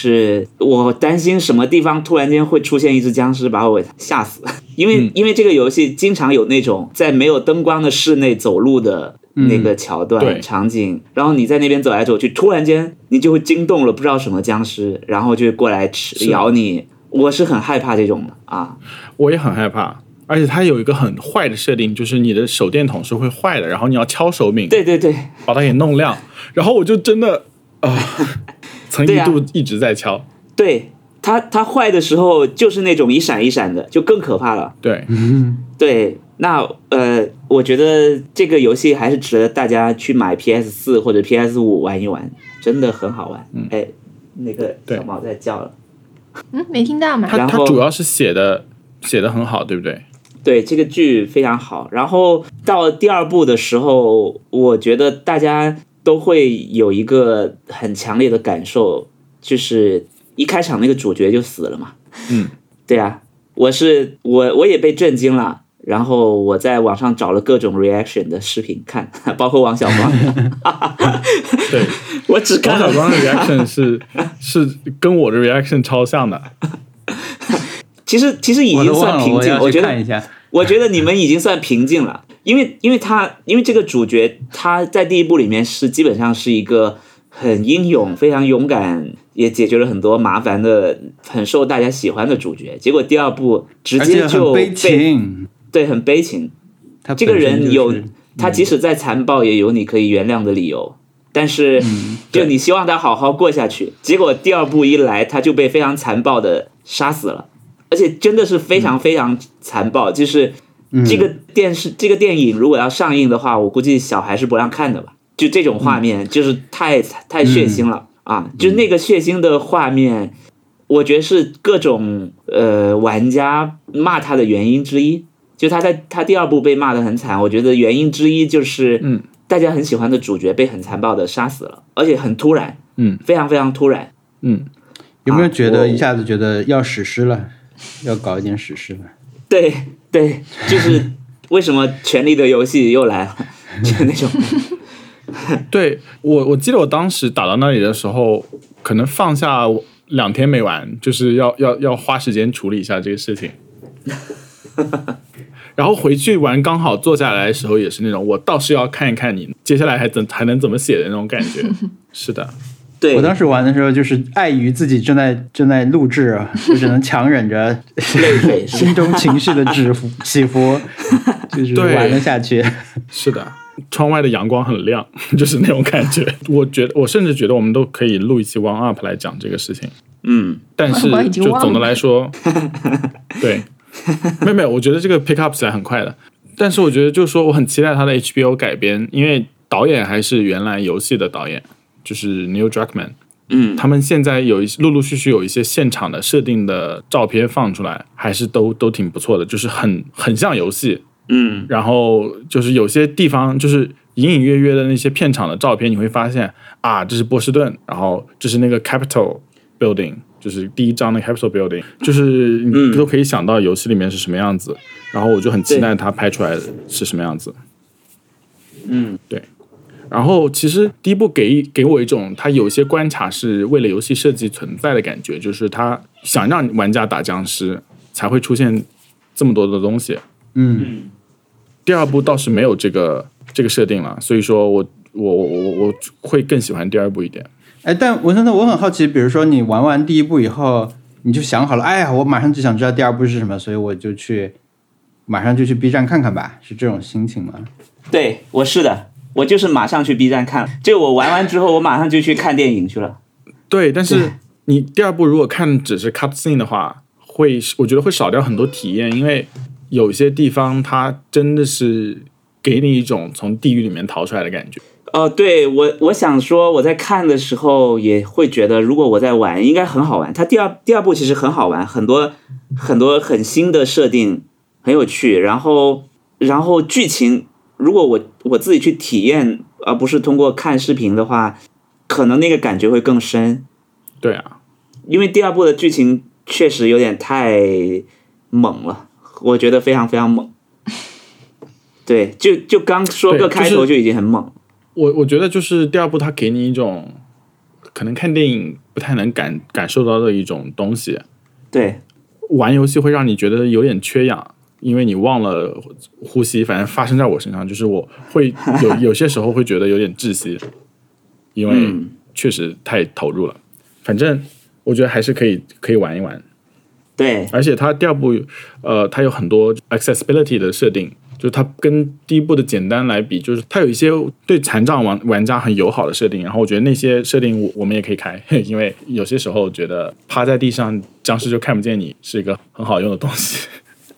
我担心什么地方突然间会出现一只僵尸把我吓死。因为这个游戏经常有那种在没有灯光的室内走路的那个桥段、场景，然后你在那边走来走去，突然间你就会惊动了不知道什么僵尸，然后就过来咬你。我是很害怕这种的啊。 我也很害怕。而且它有一个很坏的设定，就是你的手电筒是会坏的，然后你要敲手柄， 对， 把它给弄亮。然后我就真的曾一度一直在敲。 对，它坏的时候就是那种一闪一闪的，就更可怕了。对，那我觉得这个游戏还是值得大家去买 PS4 或者 PS5 玩一玩，真的很好玩。那个小猫在叫了， 没听到嘛？ 它主要是写的很好，对不对？ 对，这个剧非常好。然后到第二部的时候，我觉得大家都会有一个很强烈的感受，就是一开场那个主角就死了嘛。对啊，我也被震惊了。然后我在网上找了各种 reaction 的视频看，包括王小光。 对， 我只看王小光的 reaction 是跟我的 reaction 超像的。 其实已经算平静，我觉得你们已经算平静了，因为这个主角他在第一部里面是基本上是一个很英勇、非常勇敢，也解决了很多麻烦的、很受大家喜欢的主角。结果第二部直接就悲情， 对，很悲情。这个人他即使再残暴，也有你可以原谅的理由。但是，就你希望他好好过下去，结果第二部一来，他就被非常残暴的杀死了。而且真的是非常非常残暴，就是这个电影如果要上映的话，我估计小孩是不让看的吧。就这种画面，就是太血腥了啊！就是那个血腥的画面，我觉得是各种玩家骂他的原因之一。就他第二部被骂得很惨，我觉得原因之一就是大家很喜欢的主角被很残暴的杀死了，而且很突然，非常非常突然。 有没有觉得一下子觉得要史诗了？要搞一点史诗了？ 对，就是为什么《权力的游戏》又来了，就那种。 对，我记得我当时打到那里的时候，可能放下2天没玩，就是要花时间处理一下这个事情。然后回去玩，刚好坐下来的时候也是那种，我倒是要看一看你接下来还能怎么写的那种感觉。是的。 对， 我当时玩的时候，就是碍于自己正在录制啊，就只能强忍着泪水、 心中情绪的起伏，就是玩了下去。 是的，窗外的阳光很亮，就是那种感觉。我甚至觉得我们都可以录一期 One Up 来讲这个事情。但是就总的来说，对，没有，我觉得这个 pick up 起来很快的。但是我觉得就是说，我很期待他的 HBO 改编，因为导演还是原来游戏的导演。就是 Neil Druckmann， 他们现在陆陆续续有一些现场的设定的照片放出来，还是都挺不错的，就是很像游戏。然后就是有些地方就是隐隐约约的那些片场的照片，你会发现啊，这是波士顿，然后这是那个 Capitol Building， 就是第一章的 Capitol Building， 就是你都可以想到游戏里面是什么样子。然后我就很期待它拍出来是什么样子。对。然后其实第一部给我一种他有些关卡是为了游戏设计存在的感觉，就是他想让玩家打僵尸才会出现这么多的东西。第二部倒是没有这个设定了，所以说我会更喜欢第二部一点。 但文森特，我很好奇，比如说你玩完第一部以后，你就想好了，哎呀，我马上就想知道第二部是什么，所以我就马上就去 B 站看看吧，是这种心情吗？ 对，我是的。我就是马上去 B 站看，就我玩完之后，我马上就去看电影去了。 对，但是你第二部如果看只是 cutscene 的话，我觉得会少掉很多体验，因为有些地方它真的是给你一种从地狱里面逃出来的感觉。 对，我想说，我在看的时候也会觉得，如果我在玩，应该很好玩。它第二部其实很好玩，很多很新的设定，很有趣。然后剧情。如果我自己去体验，而不是通过看视频的话，可能那个感觉会更深。 对啊， 因为第二部的剧情确实有点太猛了，我觉得非常非常猛。对，就刚说个开头就已经很猛。 我觉得就是第二部它给你一种可能看电影不太能感受到的一种东西。 对， 玩游戏会让你觉得有点缺氧。因为你忘了呼吸，反正发生在我身上，就是我会有些时候会觉得有点窒息，因为确实太投入了。反正我觉得还是可以玩一玩。 对， 而且它第二部它有很多 accessibility 的设定，就是它跟第一部的简单来比，就是它有一些对残障玩家很友好的设定，然后我觉得那些设定我们也可以开，因为有些时候觉得趴在地上僵尸就看不见你是一个很好用的东西。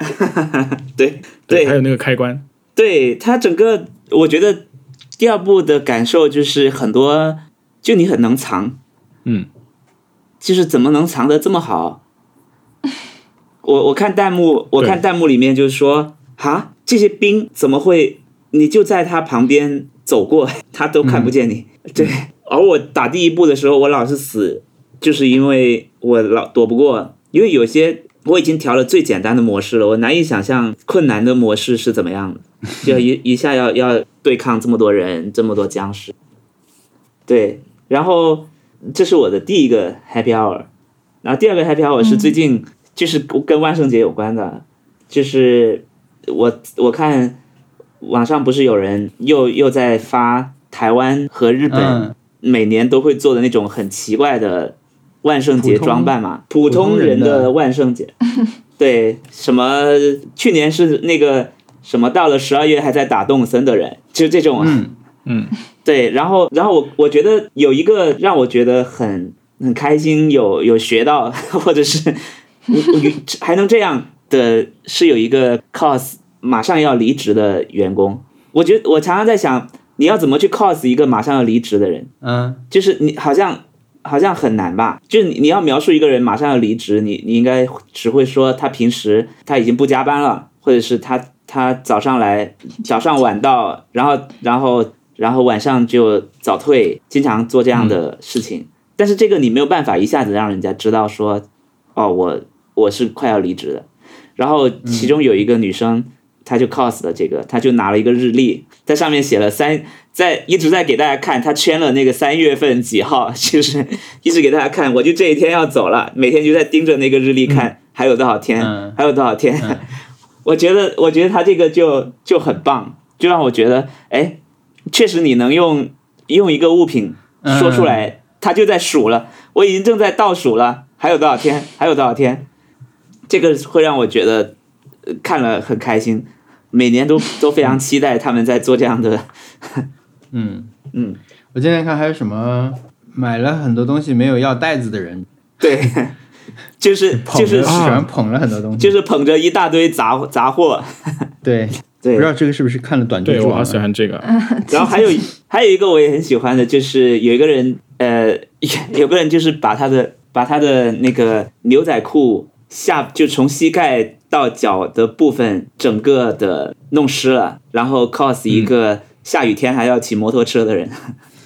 对， 还有那个开关。 对，它整个我觉得第二部的感受就是很多，就你很能藏，就是怎么能藏得这么好？我看弹幕里面就是说，这些兵怎么会？你就在他旁边走过，他都看不见你。对，而我打第一部的时候，我老是死，就是因为我老躲不过，因为有些。我已经调了最简单的模式了，我难以想象困难的模式是怎么样的，就一下要对抗这么多人，这么多僵尸。对，然后这是我的第一个 Happy Hour， 然后第二个 Happy Hour 是最近就是跟万圣节有关的，就是我看网上不是有人又在发台湾和日本每年都会做的那种很奇怪的万圣节装扮嘛，普通人的万圣节。对，什么去年是那个什么到了12月还在打动森的人，就这种。对，然后我觉得有一个让我觉得很开心，有学到，或者是还能这样的，是有一个 cos 马上要离职的员工。我觉得我常常在想，你要怎么去 cos 一个马上要离职的人？就是你好像很难吧？就是你要描述一个人马上要离职，你应该只会说他平时他已经不加班了，或者是他早上晚到，然后晚上就早退，经常做这样的事情。但是这个你没有办法一下子让人家知道说，我是快要离职的。然后其中有一个女生，她就 cos 了这个，她就拿了一个日历，在上面写了一直在给大家看，她签了那个3月份几号，就是一直给大家看，我就这一天要走了，每天就在盯着那个日历看，还有多少天，还有多少天。我觉得他这个就很棒，就让我觉得，哎，确实你能用一个物品说出来，他就在数了，我已经正在倒数了，还有多少天，还有多少天，这个会让我觉得看了很开心，每年都非常期待他们在做这样的。 我今天看还有什么买了很多东西没有要袋子的人， 对。就是喜欢捧了很多东西， 就是捧着一大堆杂货。 对，不知道这个是不是看了短剧？ 对，我好喜欢这个。 然后还有一个我也很喜欢的，就是有一个人有个人就是把他的那个牛仔裤就从膝盖到脚的部分整个的弄湿了，然后 cos 一个下雨天还要骑摩托车的人。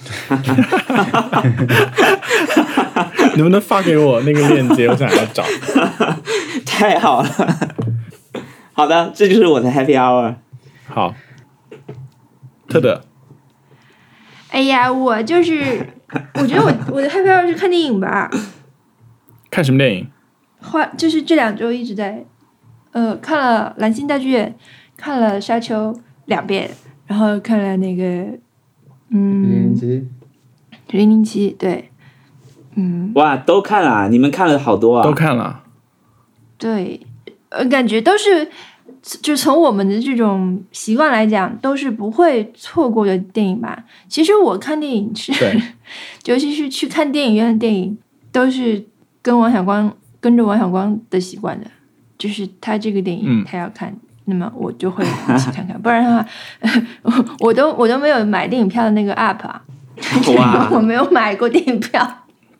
能不能发给我那个链接？我想要找。 太好了。好的，这就是我的 Happy Hour。 好，特的。 哎呀，我觉得我的 Happy Hour 是看电影吧。 看什么电影？ 就是这2周一直在，看了《蓝星大剧院》，看了《沙丘》2遍，然后看了那个007，对， 哇，都看了，你们看了好多啊！ 都看了。 对，感觉都是，就从我们的这种习惯来讲，都是不会错过的电影吧。其实我看电影是，尤其是去看电影院的电影，都是跟着王小光的习惯的，就是他这个电影他要看，那么我就会一起看看，不然的话，我都没有买电影票的那个 app 啊，我没有买过电影票，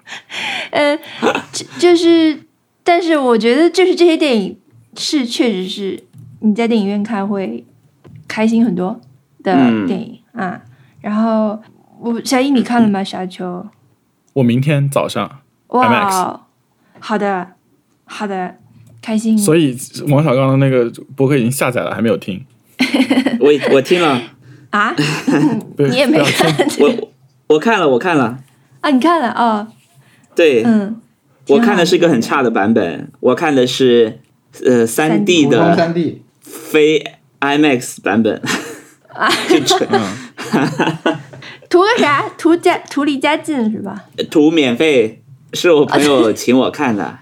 就是，但是我觉得就是这些电影是确实是你在电影院看会开心很多的电影啊。然后小一你看了吗？沙丘？ 我明天早上。 哇 IMAX。 好的，开心。 所以王小刚的那个播客已经下载了，还没有听。 我听了啊，你也没看？ 我看了啊，你看了哦？ 对，我看的是一个很差的版本，我看的是3D 的 3D 非 IMAX 版本。 啊，图个啥？图离家近是吧？ 图免费，是我朋友请我看的。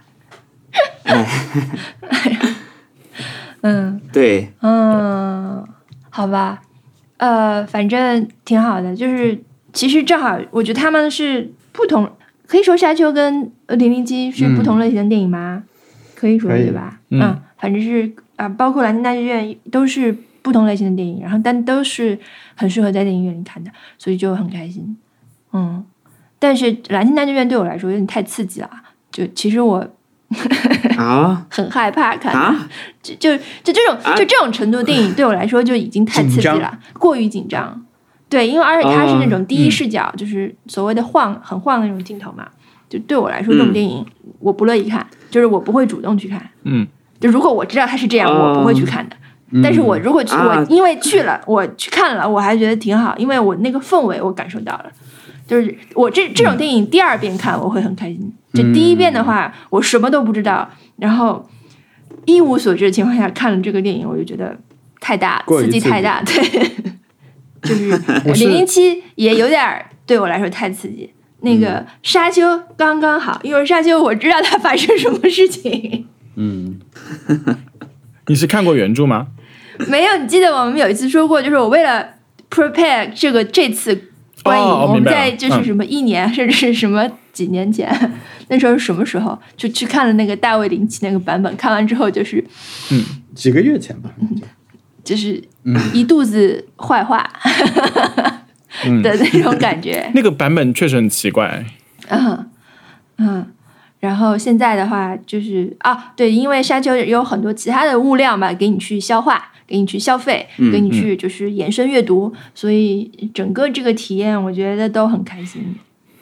对， 好吧，反正挺好的，就是其实正好，我觉得他们是不同，可以说沙丘跟007是不同类型的电影吗？可以说对吧？反正是包括蓝星大剧院都是不同类型的电影，然后但都是很适合在电影院里看的，所以就很开心。但是蓝星大剧院对我来说有点太刺激了，就其实我很害怕看就这种程度的电影对我来说就已经太刺激了，过于紧张。对，因为而且它是那种第一视角，就是所谓的很晃的那种镜头嘛，就对我来说这种电影我不乐意看，就是我不会主动去看。就如果我知道它是这样，我不会去看的。但是我如果我因为去了，我去看了，我还觉得挺好，因为我那个氛围我感受到了。就是我这种电影第2遍看我会很开心，就第1遍的话我什么都不知道，然后一无所知的情况下看了这个电影，我就觉得太大，刺激太大。对，就是007也有点对我来说太刺激，那个沙丘刚刚好，因为沙丘我知道它发生什么事情。 你是看过原著吗？ 没有，你记得我们有一次说过，就是我为了 prepare 这次观影，我们在就是什么1年甚至是什么几年前，那时候是什么时候就去看了那个大卫林奇那个版本，看完之后就是几个月前吧， 就是一肚子坏话的那种感觉。 那个版本确实很奇怪。 然后现在的话就是对，因为沙丘有很多其他的物料嘛，给你去消化，给你去消费，给你去就是延伸阅读，所以整个这个体验我觉得都很开心。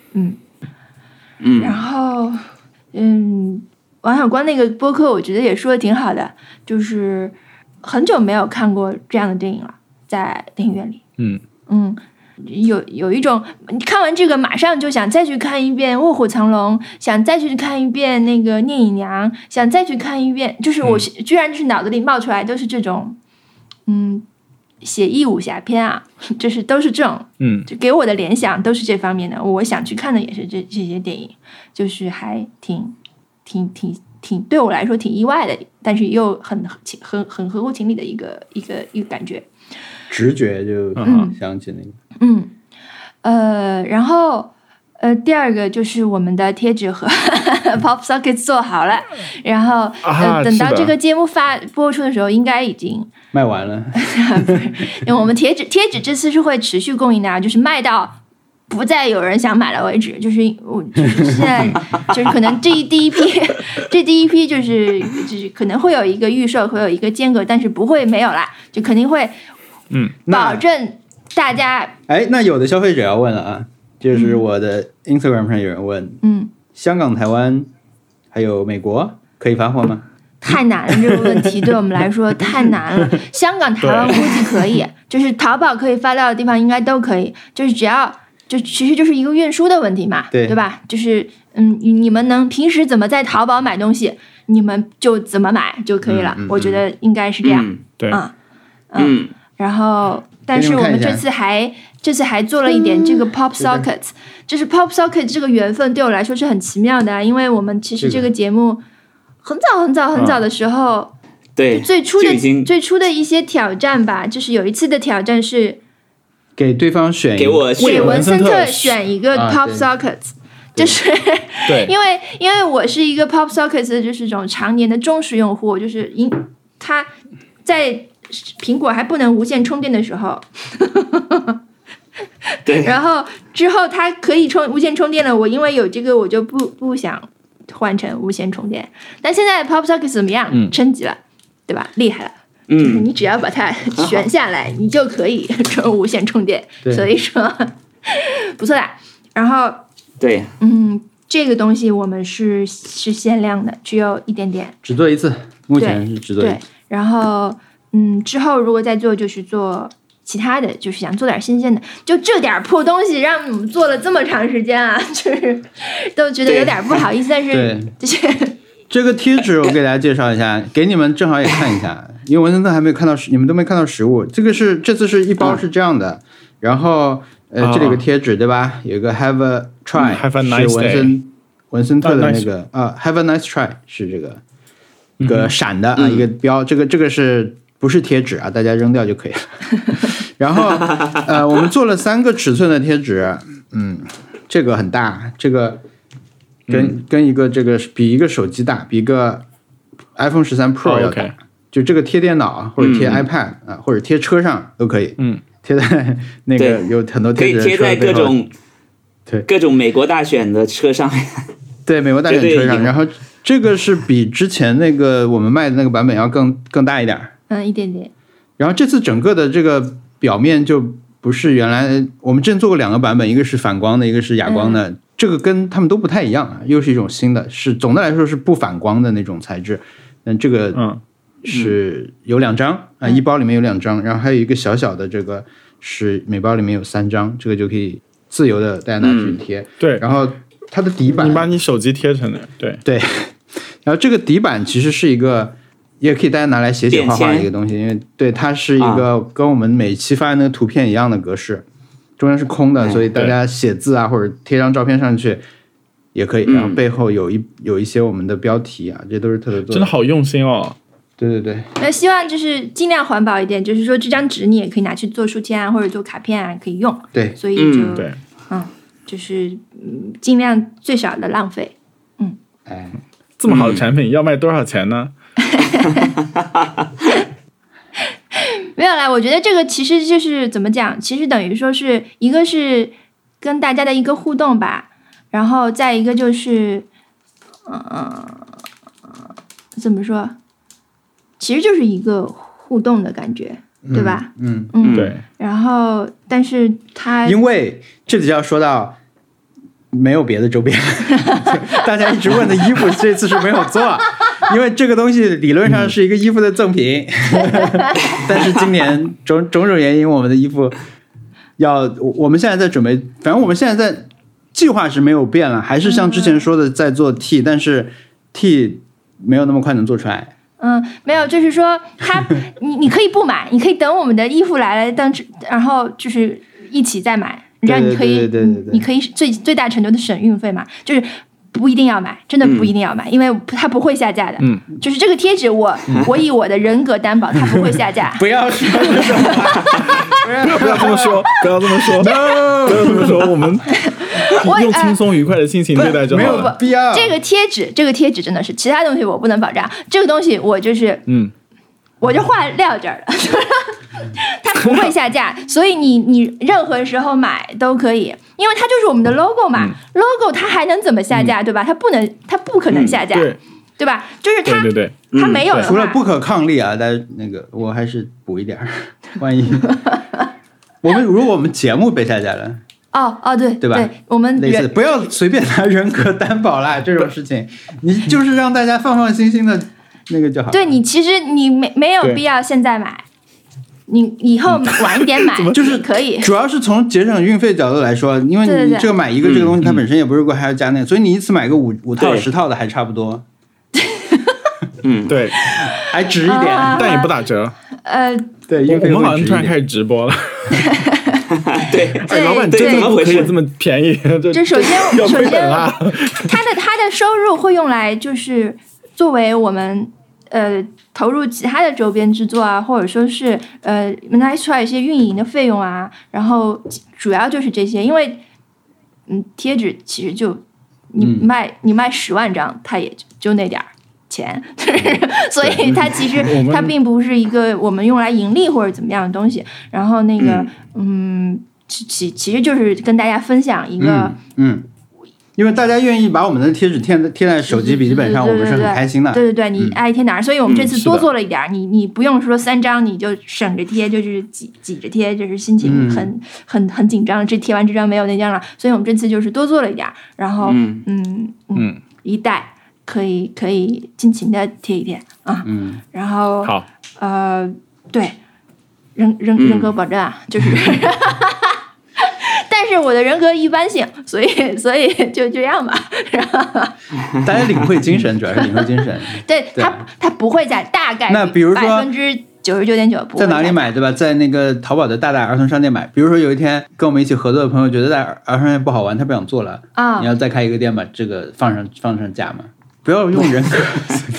然后王小光那个播客我觉得也说的挺好的，就是很久没有看过这样的电影了，在电影院里。有一种你看完这个马上就想再去看一遍《卧虎藏龙》，想再去看一遍那个《聂隐娘》，想再去看一遍，就是我居然就是脑子里冒出来都是这种写意武侠片啊，就是都是这种就给我的联想都是这方面的，我想去看的也是这些电影，就是还挺对我来说挺意外的，但是又很合乎情理的一个感觉， 直觉就想起那个。 然后第2个就是我们的贴纸和Pop Socket 做好了，然后等到这个节目播出的时候应该已经卖完了。 不是，因为我们贴纸这次是会持续供应的，就是卖到不再有人想买了为止，就是现在就是可能这第一批就是可能会有一个预售，会有一个间隔，但是不会没有啦，就肯定会保证大家。 那有的消费者要问了啊，就是我的 Instagram 上有人问，香港、台湾还有美国可以发货吗？ 太难了，这个问题对我们来说太难了。香港、台湾估计可以，就是淘宝可以发到的地方应该都可以，就是只要其实就是一个运输的问题嘛，对吧？就是你们能平时怎么在淘宝买东西，你们就怎么买就可以了。我觉得应该是这样。 对， 然后，但是我们这次还做了一点这个 Pop Socket， 就是 Pop Socket 这个缘分对我来说是很奇妙的，因为我们其实这个节目很早的时候， 对， 最初的一些挑战吧，就是有一次的挑战是给对方选， 给文森特选一个 Pop Socket。就是因为我是一个 Pop Socket 就是这种常年的忠实用户，就是他在苹果还不能无线充电的时候对， 然后之后它可以无线充电了，我因为有这个我就不想换成无线充电。但现在 Pop Socket 怎么样？升级了，对吧？厉害了，就是你只要把它选下来，你就可以充无线充电。所以说不错的。然后对， 这个东西我们是限量的，只有一点点， 只做一次，目前是只做一次。 对，然后之后如果再做，就是做其他的，就是想做点新鲜的。就这点破东西让我们做了这么长时间啊，就是都觉得有点不好意思。但是这个贴纸我给大家介绍一下，给你们正好也看一下，因为文森特还没有看到，你们都没看到实物。这次是一包是这样的，然后这里有个贴纸对吧？有一个 Have a try， nice 是文森特的那个Have a nice try 是这个一个闪的一个标，这个是不是贴纸啊？大家扔掉就可以了。然后我们做了3个尺寸的贴纸，这个很大，这个跟一个这个比一个手机大，比一个 iPhone 13 Pro 要大，就这个贴电脑或者贴 iPad 或者贴车上都可以，贴在那个有很多贴纸可以贴在各种美国大选的车上面。 对，美国大选车上。然后这个是比之前那个我们卖的那个版本要更大一点， 一点点。 然后这次整个的这个表面就不是原来我们之前做过2个版本，一个是反光的，一个是哑光的，这个跟他们都不太一样啊，又是一种新的，是总的来说是不反光的那种材质。但这个是有2张一包里面有2张，然后还有一个小小的，这个是每包里面有3张，这个就可以自由的大家拿去贴。 对， 然后它的底板， 你把你手机贴成的，对。然后这个底板其实是一个，也可以大家拿来写画画的一个东西，因为对它是一个跟我们每期发的那个图片一样的格式，中间是空的，所以大家写字啊或者贴张照片上去也可以。然后背后有一些我们的标题啊，这都是特别做的， 真的好用心哦。 对。 那希望就是尽量环保一点，就是说这张纸你也可以拿去做书签啊，或者做卡片啊，可以用。 对， 所以就对， 就是尽量最少的浪费。 这么好的产品要卖多少钱呢？ 没有啦，我觉得这个其实就是怎么讲，其实等于说是一个是跟大家的一个互动吧，然后再一个就是怎么说，其实就是一个互动的感觉，对吧？ 对。 然后但是它因为这里就要说到没有别的周边大家一直问的衣服这次是没有做，因为这个东西理论上是一个衣服的赠品但是今年种种原因我们的衣服我们现在在准备，反正我们现在在计划是没有变了，还是像之前说的在做 T， 但是 T 没有那么快能做出来。 没有，就是说你可以不买，你可以等我们的衣服来了，然后就是一起再买，然后你可以你可以最大程度的省运费嘛，就是不一定要买，真的不一定要买，因为它不会下架的。就是这个贴纸我以我的人格担保，它不会下架。 不要说这种话， 不要这么说，不要这么说，不要这么说，我们用轻松愉快的心情对待就好了。 没有必要。 这个贴纸真的是，其他东西我不能保障，这个东西我就是我就话撂这儿了它不会下架，所以你任何时候买都可以。 因为它就是我们的 logo 嘛、logo 它还能怎么下架，对吧？它不可能下架，对吧？就是它对它没有的话， 除了不可抗力啊，但是那个我还是补一点，万一如果我们节目被下架了。 对吧？ 对，我们类似不要随便拿人格担保啦，这种事情，你就是让大家放心心的那个就好。 对，你其实你没有必要现在买，你以后晚一点买就是可以。 主要是从节省运费角度来说，因为你这个买一个这个东西，它本身也不是贵，还要加那个，所以你一次买个5套10套的还差不多。 对， 还值一点， 但也不打折。 对，运费我们好像突然开始直播了。 对， 老板真的不可以这么便宜。 这首先要亏本啊！ 他的收入会用来就是作为我们投入其他的周边制作啊，或者说是拿出来一些运营的费用啊，然后主要就是这些，因为贴纸其实就你卖10万张，它也就那点儿钱，所以它其实它并不是一个我们用来盈利或者怎么样的东西。然后那个其实就是跟大家分享一个因为大家愿意把我们的贴纸贴在手机笔记本上，我们是很开心的。 对，你爱贴哪儿，所以我们这次多做了一点，你不用说3张你就省着贴，就是挤着贴，就是心情很紧张，这贴完这张没有那张了，所以我们这次就是多做了一点，然后一袋可以尽情的贴一贴啊，然后好对，人格保证啊，就是。但是我的人格一般性，所以就这样吧。 大家领会精神，主要是领会精神。 对，他不会在大概那比如说 99.9%不会在哪里买，对吧？在那个淘宝的大儿童商店买。比如说有一天跟我们一起合作的朋友觉得在儿童商店不好玩，他不想做了啊，你要再开一个店把这个放上架嘛，不要用人格。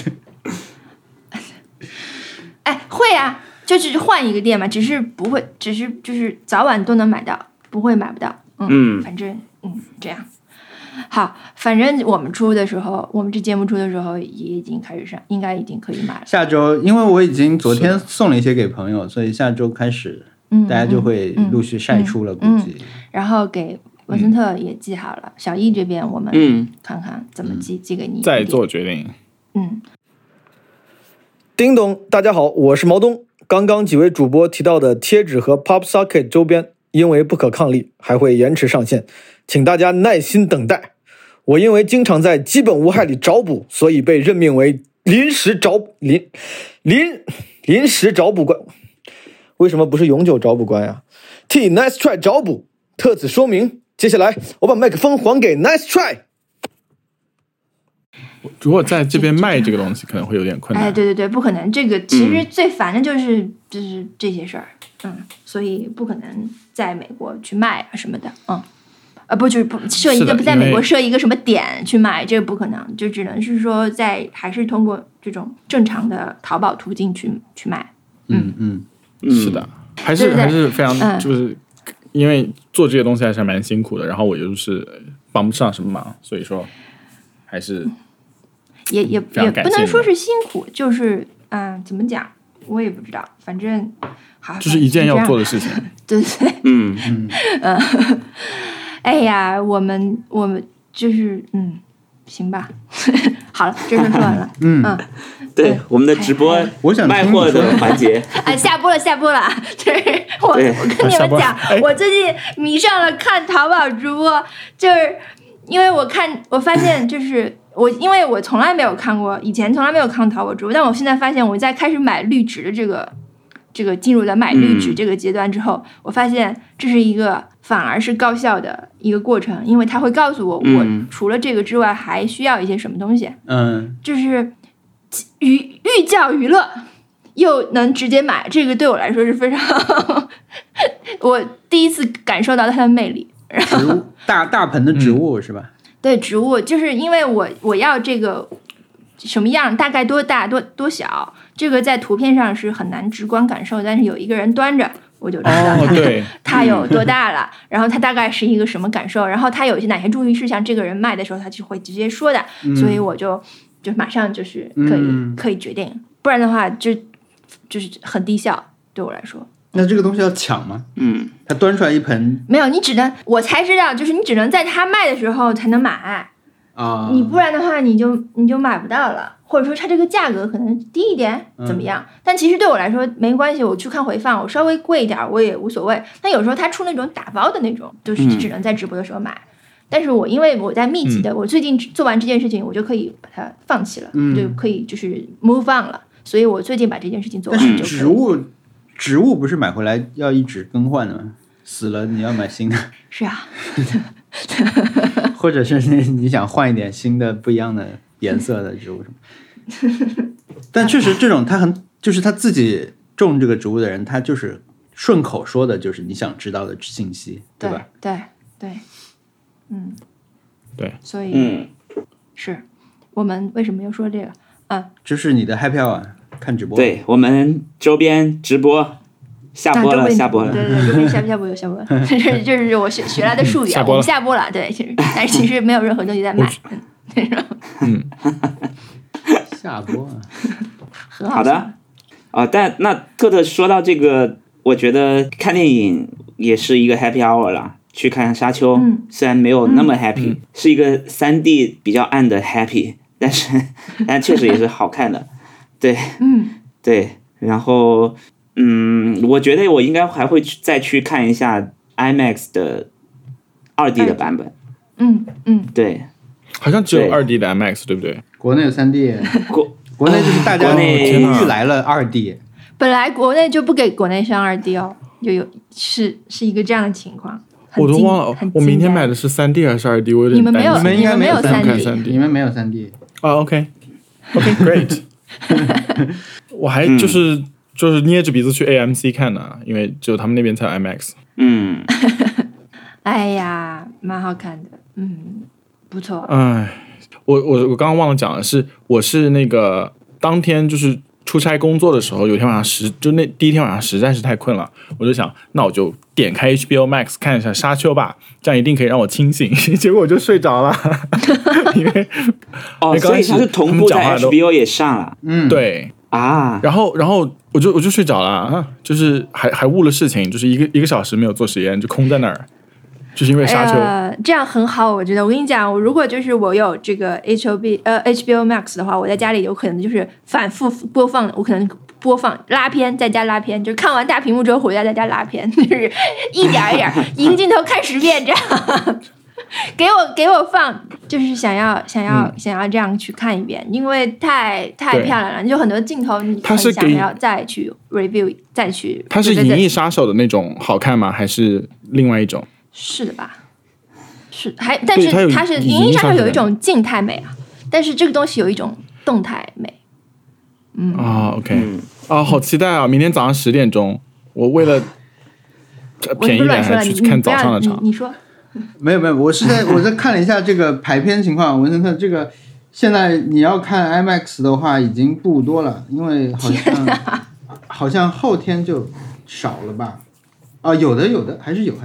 哎，会啊，就是换一个店嘛，只是不会，只是就是早晚都能买到。不会买不到，反正这样好，反正我们出的时候，我们这节目出的时候也已经开始上，应该已经可以买了。 下周，因为我已经昨天送了一些给朋友，所以下周开始，大家就会陆续晒出了，估计。 然后给文森特也寄好了，小易这边我们看看怎么寄给你， 再做决定。 叮咚，大家好，我是毛东。刚刚几位主播提到的贴纸和 Pop Socket 周边。因为不可抗力还会延迟上线，请大家耐心等待。我因为经常在基本无害里找补，所以被任命为临时找补官。为什么不是永久找补官呀？替 Nice Try 找补，特此说明。接下来我把麦克风还给 Nice Try。 如果在这边卖这个东西可能会有点困难。 对，不可能。这个其实最烦的就是这些事儿，所以不可能在美国去卖啊什么的，就是不设一个在美国设一个什么点去卖，这个不可能，就只能是说还是通过这种正常的淘宝途径去卖。 是的，还是非常就是因为做这些东西还是蛮辛苦的，然后我又是帮不上什么忙，所以说还是。 也不能说是辛苦，就是怎么讲，我也不知道，反正好， 就是一件要做的事情。 对，哎呀，我们就是行吧，好了，这事说完了。 对，我们的直播卖货的环节下播了，就是我跟你们讲，我最近迷上了看淘宝直播，就是因为我发现就是因为我从来没有看过，以前从来没有看过淘宝直播，但我现在发现我在开始买绿植的这个进入了买绿植这个阶段之后，我发现这是一个反而是高效的一个过程，因为它会告诉我除了这个之外还需要一些什么东西，就是寓教于乐又能直接买，这个对我来说是非常我第一次感受到它的魅力。 植物大盆的植物是吧？ 对，植物就是因为我要这个什么样，大概多大多小，这个在图片上是很难直观感受，但是有一个人端着我就知道它有多大了，然后它大概是一个什么感受，然后它有一些哪些注意事项，这个人卖的时候他就会直接说的，所以我就马上就是可以决定，不然的话就是很低效对我来说。 那这个东西要抢吗？ 嗯， 他端出来一盆没有，你只能我才知道，就是你只能在他卖的时候才能买啊， 你不然的话你就买不到了，或者说它这个价格可能低一点怎么样？但其实对我来说没关系，我去看回放，我稍微贵一点我也无所谓。但有时候他出那种打包的那种，就是只能在直播的时候买。但是我因为我在密集的，我最近做完这件事情，我就可以把它放弃了，就可以就是 move on 了。所以我最近把这件事情做完就可以。 但是植物不是买回来要一直更换的吗？死了你要买新的。 是啊。 或者是你想换一点新的不一样的颜色的植物什么。但确实这种就是他自己种这个植物的人，他就是顺口说的就是你想知道的信息，对吧？ 对， 对， 所以是我们为什么要说这个？ 这是你的 happy hour 看直播。 对，我们周边直播下播了，下播了。 对，周边下播有下播，这是我学来的术语啊。我们下播了，对，但是其实没有任何东西在卖。 下播啊， 很好的但那特说到这个，我觉得看电影也是一个 happy hour 了。去看沙丘，虽然没有那么 happy，是一个3D 比较暗的 happy，但确实也是好看的。对，对，然后我觉得我应该还会再去看一下 IMAX 的2D 的版本。对， 好像只有2D 的 IMAX， 对不对？ 国内有3D， 国内就是大家终于来了2D。 本来国内就不给国内上2D哦，是一个这样的情况。 我都忘了，我明天买的是3D 还是2D？ 我有点担心。 你们应该没有 3D， 你们没有3D 啊 ？OK，Great。我还就是捏着鼻子去 AMC 看的，因为只有他们那边才有 IMAX。 哎呀，蛮好看的，不错。 我刚刚忘了讲的是，我是那个当天就是出差工作的时候，有天晚上就那第一天晚上实在是太困了，我就想，那我就点开 HBO Max 看一下沙丘吧，这样一定可以让我清醒。结果我就睡着了，因为所以它是同步在 HBO 也上了， 对啊， 然后我就睡着了，就是还误了事情，就是一个小时没有做实验，就空在那儿。就是因为沙丘， 这样很好，我觉得。我跟你讲，如果就是我有这个 HBO Max 的话，我在家里有可能就是反复播放，我可能播放拉片再加拉片，就是看完大屏幕之后回家再加拉片，就是一点一点一个镜头看10遍这样。给我放，就是想要这样去看一遍，因为太漂亮了，就很多镜头你很想要再去 review 再去。 它是《银翼杀手》的那种好看吗？还是另外一种？ 是的吧？是但是它是《银翼杀手》有一种静态美啊，但是这个东西有一种动态美。 OK，好期待啊！明天早上10点钟，我为了便宜点还去看早上的场。 你说。 没有，我在看了一下这个排片情况，文森特这个现在你要看 IMAX 的话已经不多了，因为好像后天就少了吧？有的还是有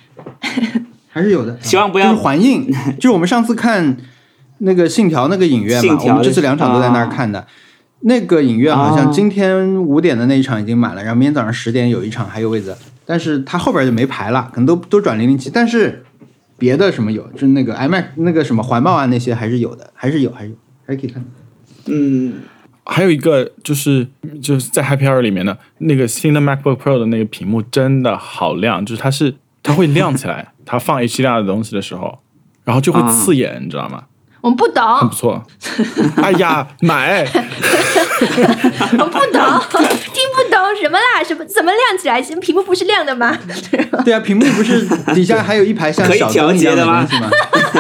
的， 希望不要就是环映，就我们上次看那个信条那个影院嘛，我们这次2场都在那儿看的。那个影院好像今天5点的那一场已经满了，然后明天早上10点有一场还有位子，但是它后边就没排了，可能都转007，但是别的什么有，就是那个 IMAX 那个什么环抱啊那些还是有的，还是可以看的。 还有一个就是在 Happy Hour 里面的那个新的 MacBook Pro 的那个屏幕真的好亮，就是它会亮起来，它放 HDR 的东西的时候，然后就会刺眼，你知道吗？ 我们不懂， 很不错。哎呀，买！ 我不懂，听不懂什么啦？怎么亮起来？屏幕不是亮的吗？ 对啊，屏幕不是底下还有一排像小灯一样的东西吗？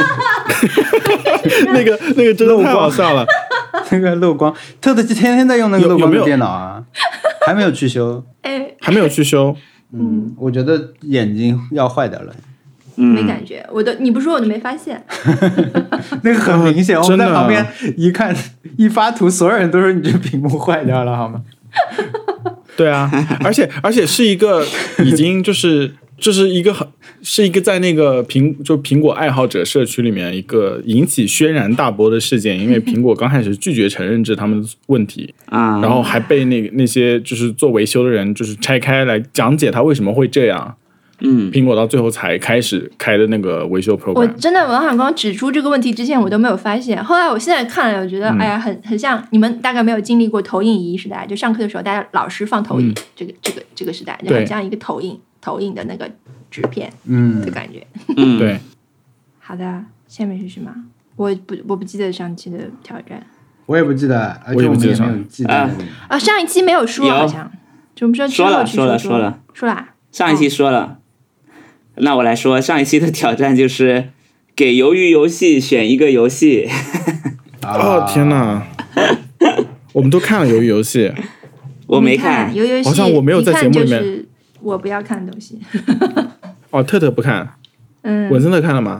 那个真的太好笑了。 那个漏光，特天天在用那个漏光的电脑啊，还没有去修。 还没有去修。 我觉得眼睛要坏掉了。 没感觉，你不说我都没发现。 那个很明显，我们在旁边一看一发图，所有人都说你这屏幕坏掉了，好吗？ 对啊，而且是一个已经就是这是一个在那个苹果爱好者社区里面一个引起轩然大波的事件，因为苹果刚开始拒绝承认这他们的问题啊， 然后还被那些就是做维修的人就是拆开来讲解他为什么会这样。苹果到最后才开始开的那个维修 program。 我真的王小光指出这个问题之前我都没有发现，后来我现在看了，我觉得哎呀，很像你们大概没有经历过投影仪时代，就上课的时候大家老师放投影，这个时代就很像一个投影的那个纸片的感觉。 对。 好的，下面是什么？我不记得上期的挑战， 我也不记得，而且我们也没有记得啊。上一期没有说，好像就我们说了。 上一期说了，那我来说，上一期的挑战就是给鱿鱼游戏选一个游戏。 哦天哪！我们都看了鱿鱼游戏， 我没看。 鱿鱼游戏好像我没有在节目里面。 我不要看东西。 哦，特不看。文森特看了吗？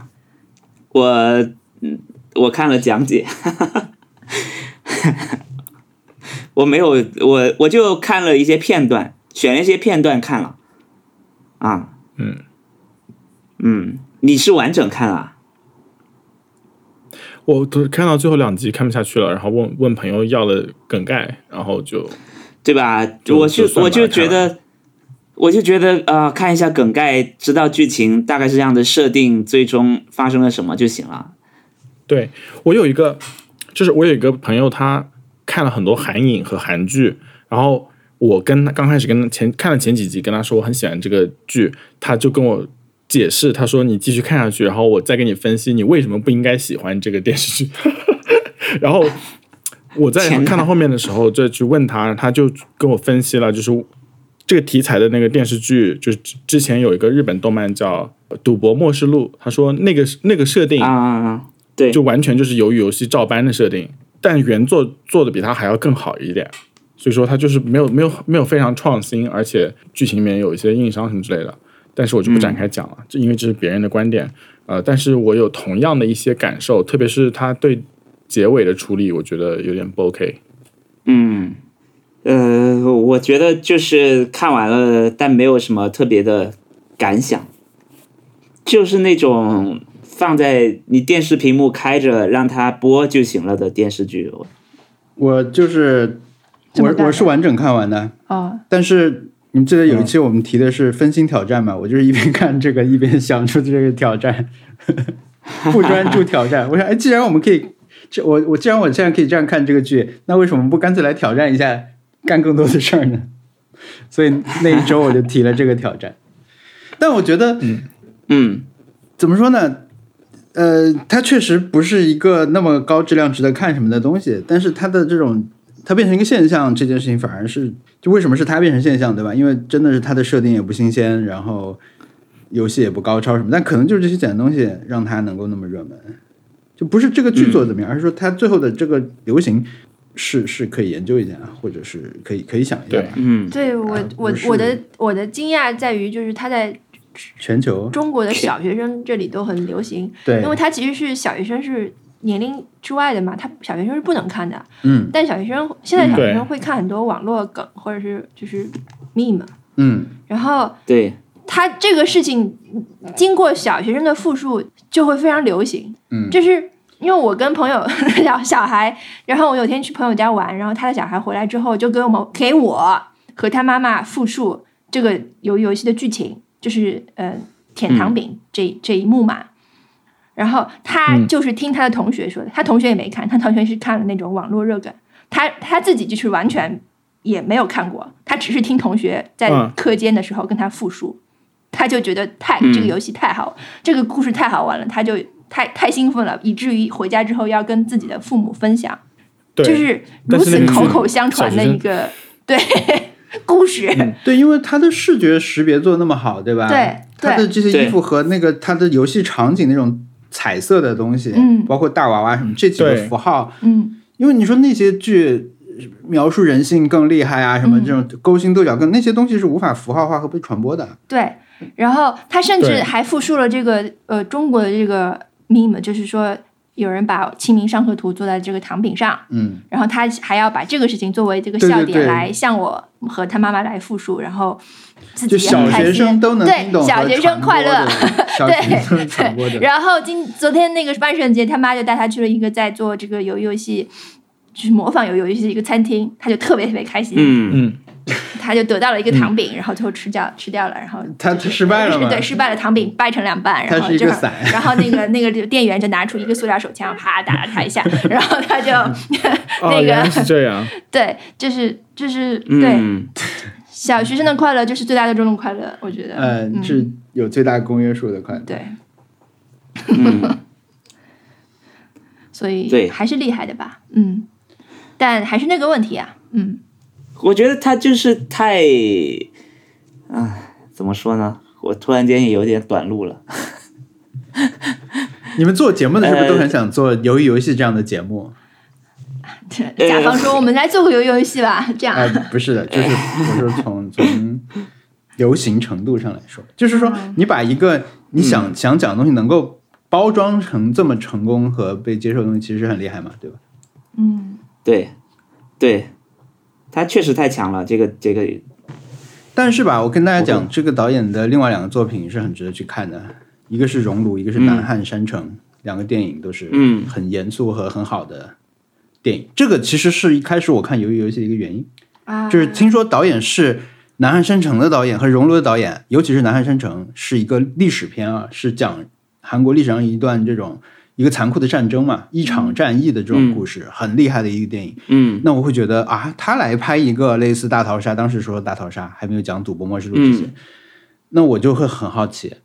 我看了讲解。我没有，我就看了一些片段，选了一些片段看了。啊，你是完整看了？ 我都看到最后2集看不下去了，然后问朋友要了梗概，然后就对吧？我就觉得看一下梗概，知道剧情大概是这样的设定，最终发生了什么就行了。 对，我有一个朋友，他看了很多韩影和韩剧，然后我刚开始看了前几集，跟他说我很喜欢这个剧，他就跟我解释，他说你继续看下去，然后我再给你分析你为什么不应该喜欢这个电视剧。然后我在看到后面的时候就去问他，他就跟我分析了，就是这个题材的那个电视剧，就是之前有一个日本动漫叫《赌博默示录》，他说那个设定对， 就完全就是鱿鱼游戏照搬的设定，但原作做的比它还要更好一点。所以说它就是没有非常创新，而且剧情里面有一些硬伤什么之类的，但是我就不展开讲了，因为这是别人的观点。但是我有同样的一些感受，特别是他对结尾的处理，我觉得有点不 OK。 我觉得就是看完了，但没有什么特别的感想，就是那种放在你电视屏幕开着让它播就行了的电视剧。 我就是我是完整看完的但是你们记得有一期我们提的是分心挑战嘛？我就是一边看这个一边想出这个挑战，不专注挑战。我想，既然我们可以，既然我现在可以这样看这个剧，那为什么不干脆来挑战一下，干更多的事儿呢？所以那一周我就提了这个挑战。但我觉得，怎么说呢？它确实不是一个那么高质量值得看什么的东西，但是它的这种它变成一个现象，这件事情反而是就为什么是它变成现象，对吧？因为真的是它的设定也不新鲜，然后游戏也不高超什么，但可能就是这些简单东西让它能够那么热门，就不是这个剧作怎么样，而是说它最后的这个流行是可以研究一下，或者是可以想一下吧。 对我的惊讶在于就是它在全球中国的小学生这里都很流行， 对， 因为它其实是小学生是年龄之外的嘛，他小学生是不能看的，但小学生现在小学生会看很多网络梗或者是就是 meme，然后对他这个事情经过小学生的复述就会非常流行，就是因为我跟朋友聊小孩，然后我有天去朋友家玩，然后他的小孩回来之后就给我和他妈妈复述这个鱿鱼游戏的剧情，就是舔糖饼这一幕嘛。然后他就是听他的同学说的，他同学也没看，他同学是看了那种网络热梗，他自己就是完全也没有看过，他只是听同学在课间的时候跟他复述，他就觉得这个游戏太好，这个故事太好玩了，他就太兴奋了，以至于回家之后要跟自己的父母分享，就是如此口相传的一个对故事。 对，因为他的视觉识别做的那么好，对吧？ 对， 他的这些衣服和那个他的游戏场景那种彩色的东西，包括大娃娃什么这几个符号，因为你说那些剧描述人性更厉害啊，什么这种勾心斗角那些东西是无法符号化和被传播的。 对，然后他甚至还复述了这个中国的这个 meme， 就是说有人把《清明上河图》做在这个糖饼上，然后他还要把这个事情作为这个笑点来向我和他妈妈来复述，然后自己也很开心。 就小学生都能听懂， 对，小学生快乐， 对。 然后昨天那个万圣节，他妈就带他去了一个在做这个鱿鱼游戏，就是模仿鱿鱼游戏的一个餐厅，他就特别特别开心。他就得到了一个糖饼，然后最后吃掉了，然后他失败了吗？ 对，失败了，糖饼掰成2半，然后就然后那个店员就拿出一个塑料手枪，啪打了他一下，然后他就那个原来是这样， 对，就是对，小学生的快乐就是最大的这种快乐，我觉得， 是有最大公约数的快乐， 对，所以还是厉害的吧，但还是那个问题啊， 我觉得他就是太，怎么说呢？我突然间也有点短路了。 你们做节目的时候都很想做鱿鱼游戏这样的节目？ 甲方说我们来做个鱿鱼游戏吧，这样。 不是的，就是我说从流行程度上来说，就是说你把一个你想讲的东西能够包装成这么成功和被接受的东西，其实很厉害嘛，对吧？ 对。他确实太强了，这个。 但是吧，我跟大家讲，这个导演的另外2个作品是很值得去看的，一个是《熔炉》，一个是《南汉山城》，2个电影都是很严肃和很好的电影。这个其实是一开始我看鱿鱼游戏的一个原因，就是听说导演是《南汉山城》的导演和《熔炉》的导演，尤其是《南汉山城》是一个历史片啊，是讲韩国历史上一段这种一个残酷的战争嘛，一场战役的这种故事，很厉害的一个电影。那我会觉得他来拍一个类似大逃杀，当时说大逃杀还没有讲赌博默示录这些，那我就会很好奇。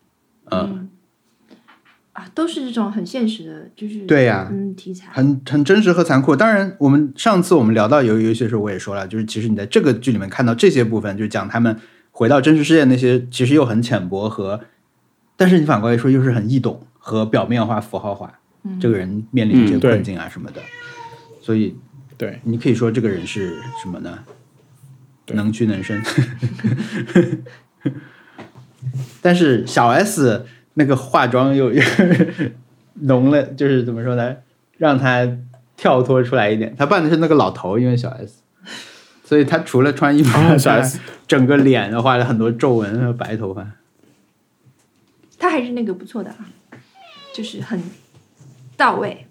都是这种很现实的，就是对呀， 题材很真实和残酷。当然，上次我们聊到鱿鱼游戏的时候，我也说了，就是其实你在这个剧里面看到这些部分，就是讲他们回到真实世界那些，其实又很浅薄但是你反过来说又是很易懂和表面化、符号化，这个人面临这些困境啊什么的，所以对你可以说这个人是什么呢？能屈能伸。但是小 S 那个化妆又浓了，就是怎么说呢？让他跳脱出来一点。他扮的是那个老头，因为小 S， 所以他除了穿衣服， 小 S 整个脸画了很多皱纹和白头发。 他还是那个不错的就是很到位。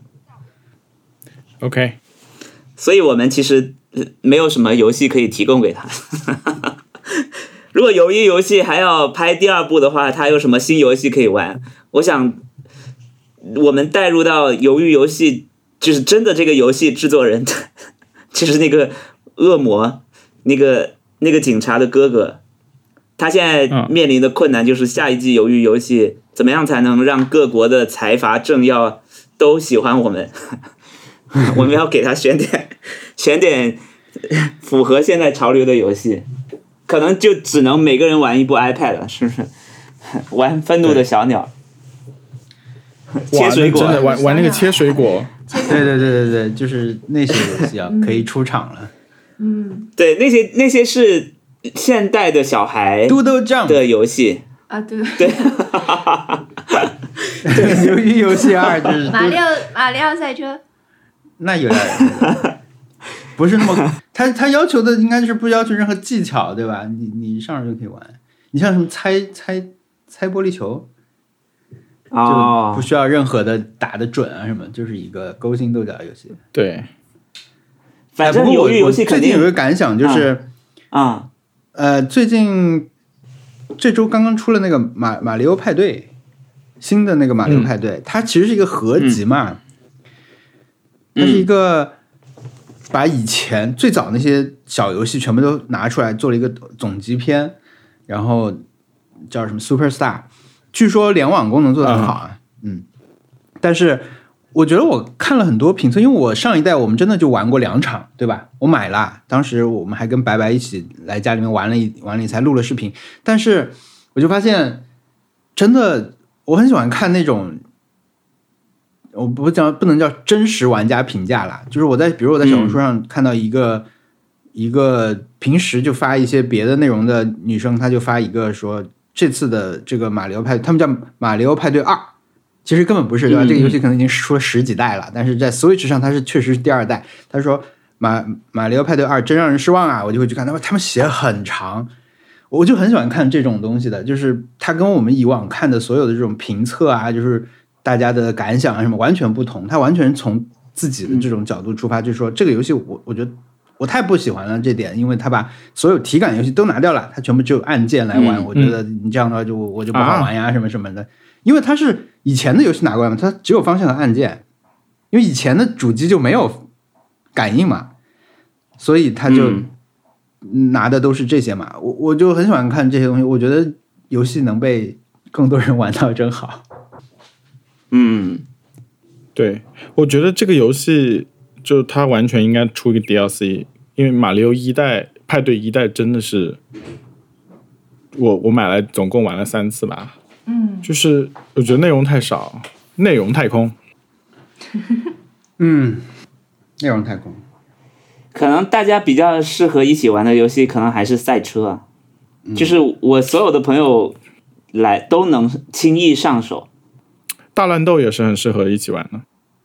OK， 所以我们其实没有什么游戏可以提供给他。如果鱿鱼游戏还要拍第2部的话，他有什么新游戏可以玩？我想我们带入到鱿鱼游戏，就是真的这个游戏制作人，就是那个恶魔，那个警察的哥哥。他现在面临的困难就是下一季鱿鱼游戏怎么样才能让各国的财阀政要都喜欢我们？我们要给他选点符合现在潮流的游戏，可能就只能每个人玩一部 iPad 了，是不是？玩愤怒的小鸟，切水果， 真的玩那个切水果。 对，就是那些游戏可以出场了。 对，那些是现代的小孩的游戏对。鱿鱼游戏2就是马里奥赛车， 那有点不是那么，他要求的应该是不要求任何技巧，对吧？你上手就可以玩。你像什么猜玻璃球，就不需要任何的打得准啊什么，就是一个勾心斗角的游戏。 对， 反正鱿鱼游戏肯定最近有一个感想就是最近这周刚刚出了那个马里奥派对，新的那个马里奥派对，它其实是一个合集嘛，它是一个把以前最早那些小游戏全部都拿出来做了一个总集篇，然后叫什么 Superstar， 据说联网功能做得很好啊，但是我觉得我看了很多评测，因为我上一代我们真的就玩过2场，对吧？我买了，当时我们还跟白白一起来家里面玩了一才录了视频，但是我就发现真的我很喜欢看那种，我不能叫真实玩家评价啦，就是比如我在小红书上看到一个平时就发一些别的内容的女生，她就发一个说这次的这个马里奥派，他们叫马里奥派对2， 其实根本不是，对吧？这个游戏可能已经出了10几代了，但是在 Switch 上它是确实是第2代。他说马里奥派对2真让人失望啊，我就会去看，他们写很长，我就很喜欢看这种东西的，就是它跟我们以往看的所有的这种评测啊，就是大家的感想啊什么完全不同，它完全从自己的这种角度出发，就是说这个游戏我觉得我太不喜欢了这点，因为他把所有体感游戏都拿掉了，它全部只有按键来玩，我觉得你这样的话我就不好玩呀什么什么的，因为它是以前的游戏拿过来嘛，它只有方向和按键，因为以前的主机就没有感应嘛，所以它就拿的都是这些嘛，我就很喜欢看这些东西，我觉得游戏能被更多人玩到真好。 对，我觉得这个游戏就它完全应该出一个 DLC， 因为马里奥1代派对1代真的是我买来总共玩了3次吧，就是我觉得内容太少，内容太空。 内容太空。 可能大家比较适合一起玩的游戏，可能还是赛车，就是我所有的朋友来都能轻易上手。 大乱斗也是很适合一起玩的。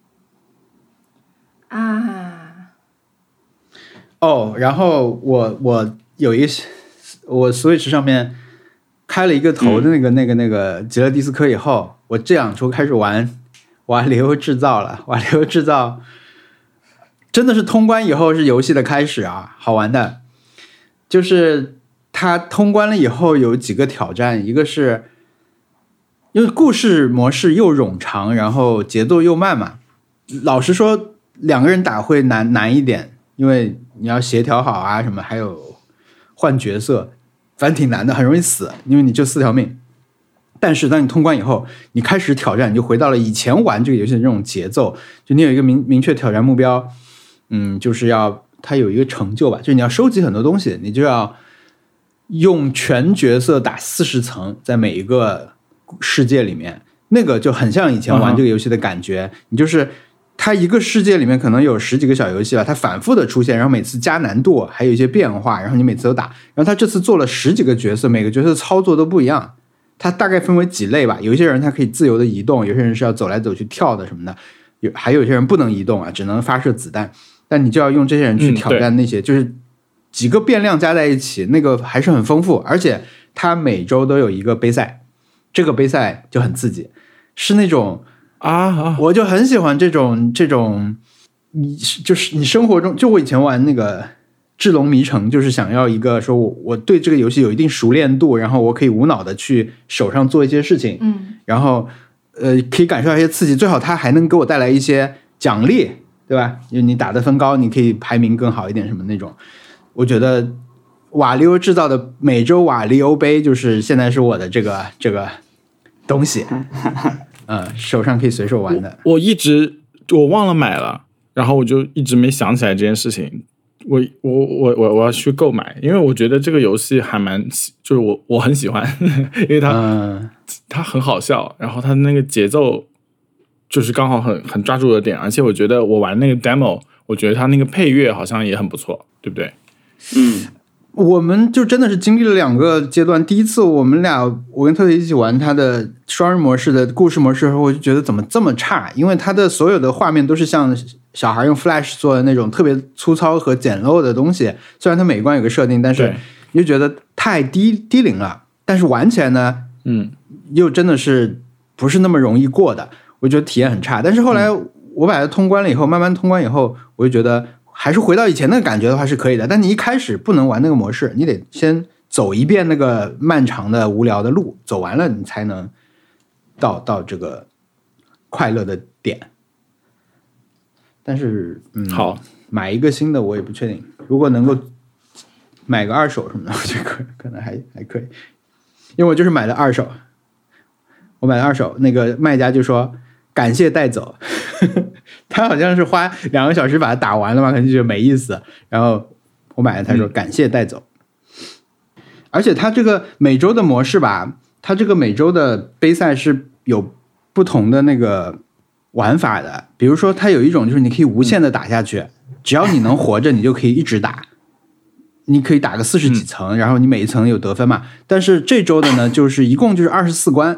然后我有一我 Switch 上面开了一个头的那个极乐迪斯科以后，我这2周开始玩瓦里奥制造了。瓦里奥制造真的是通关以后是游戏的开始啊，好玩的。就是它通关了以后有几个挑战，一个是因为故事模式又冗长，然后节奏又慢嘛，老实说2个人打会难一点，因为你要协调好啊什么，还有换角色，反正挺难的，很容易死，因为你就4条命。但是当你通关以后，你开始挑战，你就回到了以前玩这个游戏的这种节奏，就你有一个明确挑战目标，就是要它有一个成就吧，就是你要收集很多东西，你就要用全角色打40层，在每一个世界里面，那个就很像以前玩这个游戏的感觉。你就是它一个世界里面可能有10几个小游戏吧，它反复的出现，然后每次加难度，还有一些变化，然后你每次都打。然后他这次做了10几个角色，每个角色操作都不一样，它大概分为几类吧。有一些人他可以自由的移动，有些人是要走来走去跳的什么的，还有一些人不能移动啊，只能发射子弹。但你就要用这些人去挑战那些，就是几个变量加在一起，那个还是很丰富。而且它每周都有一个杯赛，这个杯赛就很刺激，是那种我就很喜欢这种，就是你生活中，就我以前玩那个智龙迷城，就是想要一个说我对这个游戏有一定熟练度，然后我可以无脑的去手上做一些事情，然后可以感受到一些刺激，最好它还能给我带来一些奖励，对吧？因为你打得分高，你可以排名更好一点什么那种。我觉得瓦力欧制造的每周瓦力欧杯就是现在是我的这个东西，手上可以随手玩的。 我忘了买了，然后我就一直没想起来这件事情。我要去购买，因为我觉得这个游戏还蛮，就是我很喜欢，因为它很好笑，然后它那个节奏就是刚好很抓住我的点，而且我觉得我玩那个 demo， 我觉得它那个配乐好像也很不错，对不对？ 我们就真的是经历了2个阶段。第一次我跟特特一起玩它的双人模式的故事模式的时候，我就觉得怎么这么差，因为它的所有的画面都是像小孩用 Flash 做的那种特别粗糙和简陋的东西，虽然它每一关有个设定，但是你就觉得太低龄了，但是玩起来呢又真的是不是那么容易过的，我觉得体验很差。但是后来我把它通关了以后，慢慢通关以后，我就觉得还是回到以前那个感觉的话是可以的，但你一开始不能玩那个模式，你得先走一遍那个漫长的无聊的路，走完了你才能到这个快乐的点。但是好， 买一个新的我也不确定，如果能够买个2手什么的，我觉得可能还可以，因为我就是买了2手，我买了2手，那个卖家就说感谢带走他好像是花2个小时把它打完了嘛，可能就觉得没意思，然后我买了，他说感谢带走。而且他这个每周的模式吧，他这个每周的杯赛是有不同的那个玩法的，比如说他有一种就是你可以无限的打下去，只要你能活着你就可以一直打，你可以打个40几层，然后你每一层有得分嘛。但是这周的呢就是一共就是24关，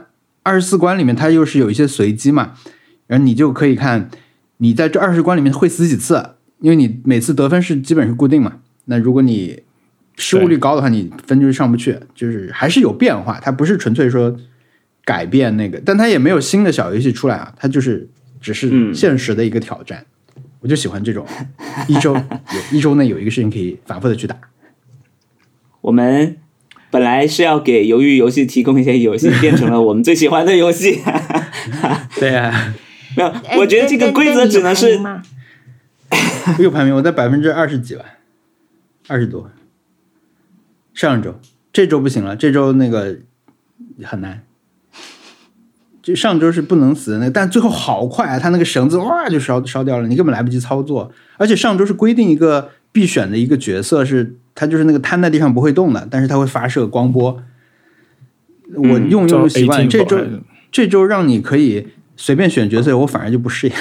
24关里面它又是有一些随机嘛，然后你就可以看你在这20关里面会死几次，因为你每次得分是基本是固定嘛。那如果你失误率高的话，你分就上不去，就是还是有变化，它不是纯粹说改变那个，但它也没有新的小游戏出来啊，它就是只是现实的一个挑战。我就喜欢这种一周内有一个事情可以反复的去打。 我们本来是要给鱿鱼游戏提供一些游戏，变成了我们最喜欢的游戏。 对啊， 没有，我觉得这个规则只能是我有排名，我在20%几吧，20多。上周，这周不行了，这周那个很难。就上周是不能死的那个，但最后好快啊，他那个绳子哇就烧掉了，你根本来不及操作。而且上周是规定一个必选的一个角色是，他就是那个瘫在地上不会动的，但是他会发射光波。我用习惯，这周让你可以随便选角色，我反而就不适应了。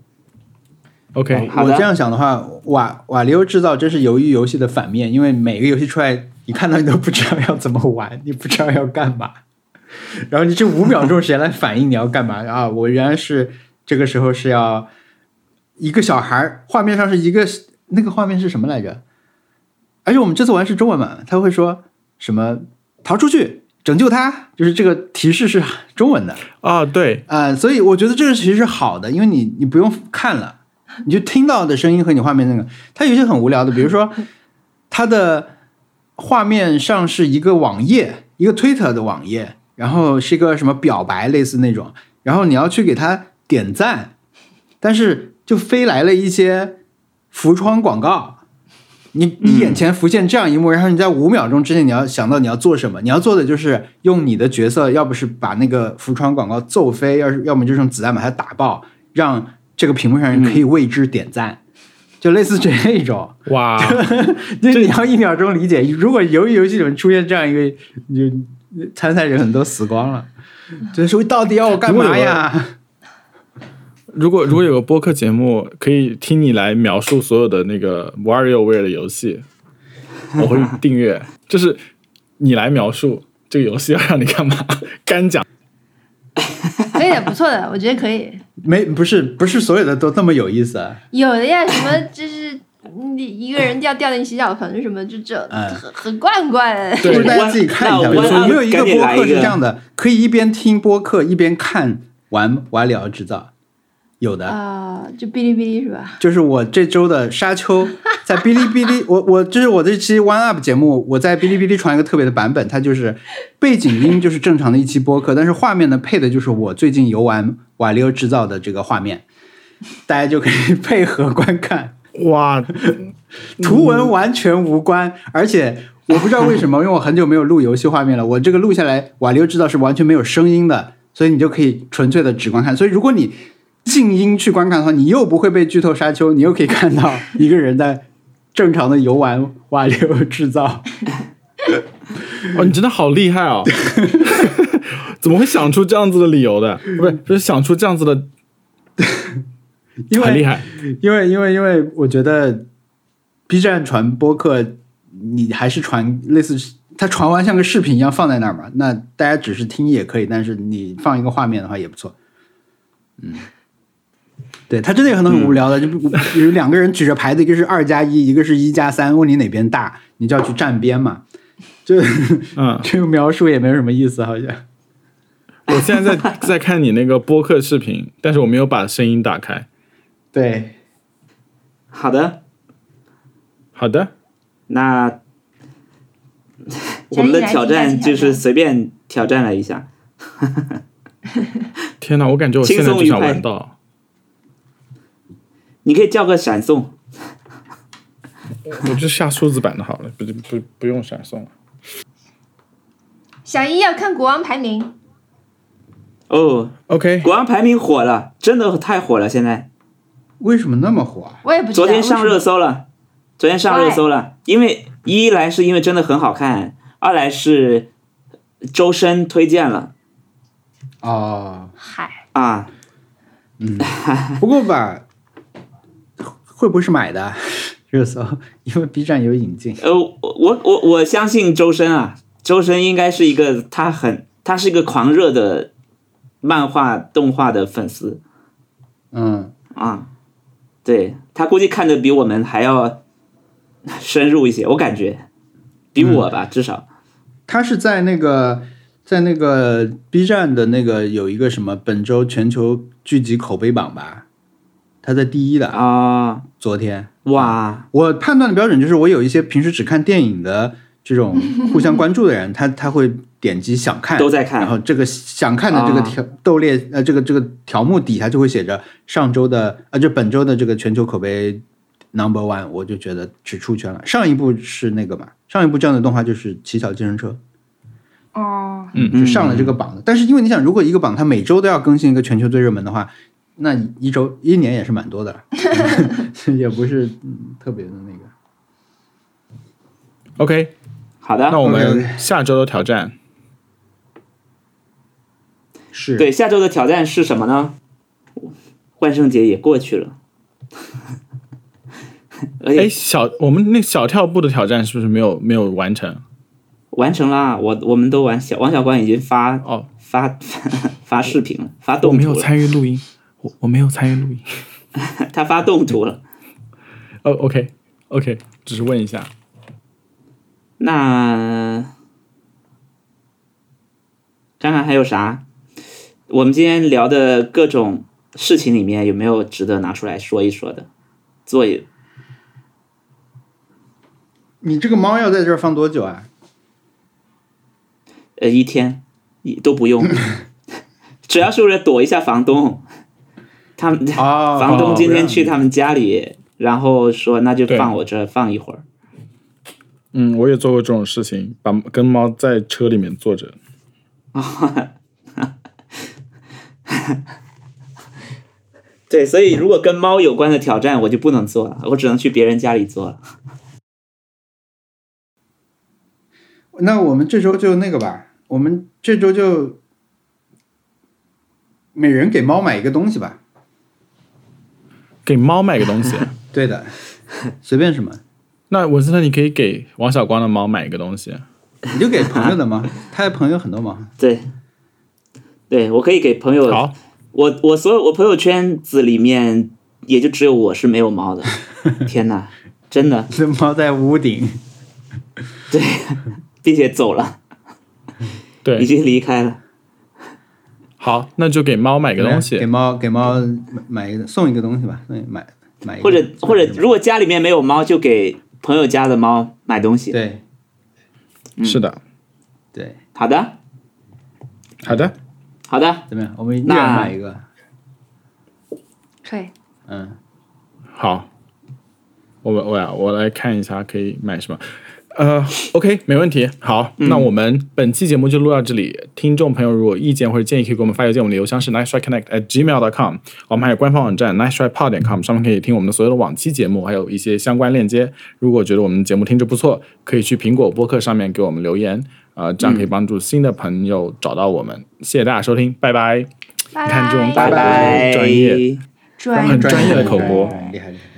OK， 我这样想的话，瓦力欧制造真是鱿鱼游戏的反面，因为每个游戏出来，你看到你都不知道要怎么玩，你不知道要干嘛。然后你这5秒钟时间来反应你要干嘛啊？我原来是这个时候是要一个小孩，画面上是一个那个画面是什么来着？而且我们这次玩是中文版，他会说什么逃出去拯救他，就是这个提示是中文的啊，对所以我觉得这个其实是好的，因为你不用看了，你就听到的声音和你画面那个，它有些很无聊的，比如说它的画面上是一个网页，一个 Twitter 的网页。然后是一个什么表白类似那种，然后你要去给他点赞，但是就飞来了一些浮窗广告，你眼前浮现这样一幕，然后你在5秒钟之内你要想到你要做什么，你要做的就是用你的角色，要不是把那个浮窗广告揍飞，要么就是用子弹把它打爆，让这个屏幕上人可以为之点赞。就类似这一种哇， 就你要1秒钟理解，如果鱿鱼游戏里面出现这样一个，你就参赛人很多死光了，这说到底要我干嘛呀？ 如果有个播客节目可以听你来描述所有的那个 WarioWare 的游戏，我会订阅。就是你来描述这个游戏要让你干嘛，干讲。 可以的，不错的，我觉得可以。 不是所有的都那么有意思啊。 有的呀，什么就是你一个人掉进洗脚盆什么，就这很怪的。 对，大家自己看一下。有没有一个播客是这样的，可以一边听播客一边看玩瓦里奥制造？有的就哔哩哔哩是吧？ 就是我这周的沙丘在哔哩哔哩，我就是我这期 One Up 节目，我在哔哩哔哩传一个特别的版本，它就是背景音就是正常的一期播客，但是画面呢配的就是我最近游玩瓦里奥制造的这个画面，大家就可以配合观看。 哇， 图文完全无关，而且我不知道为什么，因为我很久没有录游戏画面了，我这个录下来瓦里奥制造是完全没有声音的，所以你就可以纯粹的只观看。所以如果你静音去观看的话，你又不会被剧透沙丘，你又可以看到一个人在正常的游玩瓦里奥制造。 哦，你真的好厉害哦！怎么会想出这样子的理由的？不是想出这样子的，很厉害。 因为我觉得 B 站传播客，你还是传类似它传完像个视频一样放在那儿嘛，那大家只是听也可以，但是你放一个画面的话也不错。对，他真的有很多很无聊的，就有2个人举着牌子，一个是2+1，一个是1+3，问你哪边大，你就要去站边嘛。就这个描述也没有什么意思，好像。 我现在在看你那个播客视频，但是我没有把声音打开。 对， 好的，那我们的挑战就是随便挑战了一下。 天哪，我感觉我现在就想玩到。 你可以叫个闪送， 我就下数字版的好了，不用闪送了。 小一要看国王排名。 哦 ，OK， 国王排名火了，真的太火了，现在。 为什么那么火？ 我也不知道。 昨天上热搜了，因为一来是因为真的很好看，二来是周深推荐了。 哦， 嗨啊， 不过吧。会不会是买的热搜？因为 B 站有引进。 我相信周深啊，周深应该是一个他是一个狂热的漫画动画的粉丝。对，他估计看的比我们还要深入一些，我感觉比我吧，至少。 他是在那个 B 站的那个有一个什么本周全球剧集口碑榜吧，他在第一的啊。 昨天， 哇， 我判断的标准就是我有一些平时只看电影的这种互相关注的人，他会点击想看， 都在看， 然后这个想看的这个斗列这个条目底下就会写着上周的就本周的这个全球口碑 No.1， 我就觉得只出圈了。上一部是那个嘛，上一部这样的动画就是《奇巧计程车》。是上了这个榜的。但是因为你想，如果一个榜它每周都要更新一个全球最热门的话，那一年也是蛮多的了也不是特别的那个。 OK， 好的， 那我们下周的挑战是对下周的挑战是什么呢？万圣节也过去了， 我们那小跳步的挑战是不是没有完成？ 完成啦，我们都王小光已经发视频了，发动图了。 我没有参与录音，我没有参与录音。 他发动图了。 OK， 只是问一下。 那看看还有啥？我们今天聊的各种事情里面有没有值得拿出来说一说的？ 你这个猫要在这儿放多久啊 ？1天都不用，主要是为了躲一下房东。房东今天去他们家里，然后说那就放我这儿放一会儿。 我也做过这种事情，跟猫在车里面坐着。 对，所以如果跟猫有关的挑战我就不能做了，我只能去别人家里做了。 那我们这周就那个吧，我们这周就每人给猫买一个东西吧。 给猫买个东西？ 对的，随便什么。 那文森特，你可以给王小光的猫买一个东西。 你就给朋友的猫，他的朋友很多猫。 对，我可以给朋友。 好， 我朋友圈子里面也就只有我是没有猫的。天哪，真的。 这猫在屋顶。 对，并且走了。 对， 已经离开了。 好，那就给猫买个东西。 给猫买一个送一个东西吧，买一个。 或者如果家里面没有猫，就给朋友家的猫买东西。 对， 是的。 对， 好的。 怎么样？我们一人买一个。 可以。 好，我来看一下可以买什么。OK， 没问题。好，那我们本期节目就录到这里。听众朋友如果有意见或者建议，可以给我们发邮件，我们的邮箱是 nicestrikeconnect@gmail.com。我们还有官方网站 nicestrikepod.com， 上面可以听我们的所有的往期节目，还有一些相关链接。如果觉得我们节目听着不错，可以去苹果播客上面给我们留言，这样可以帮助新的朋友找到我们。谢谢大家收听，拜拜。你看这种拜拜专业，很专业的口播， 厉害。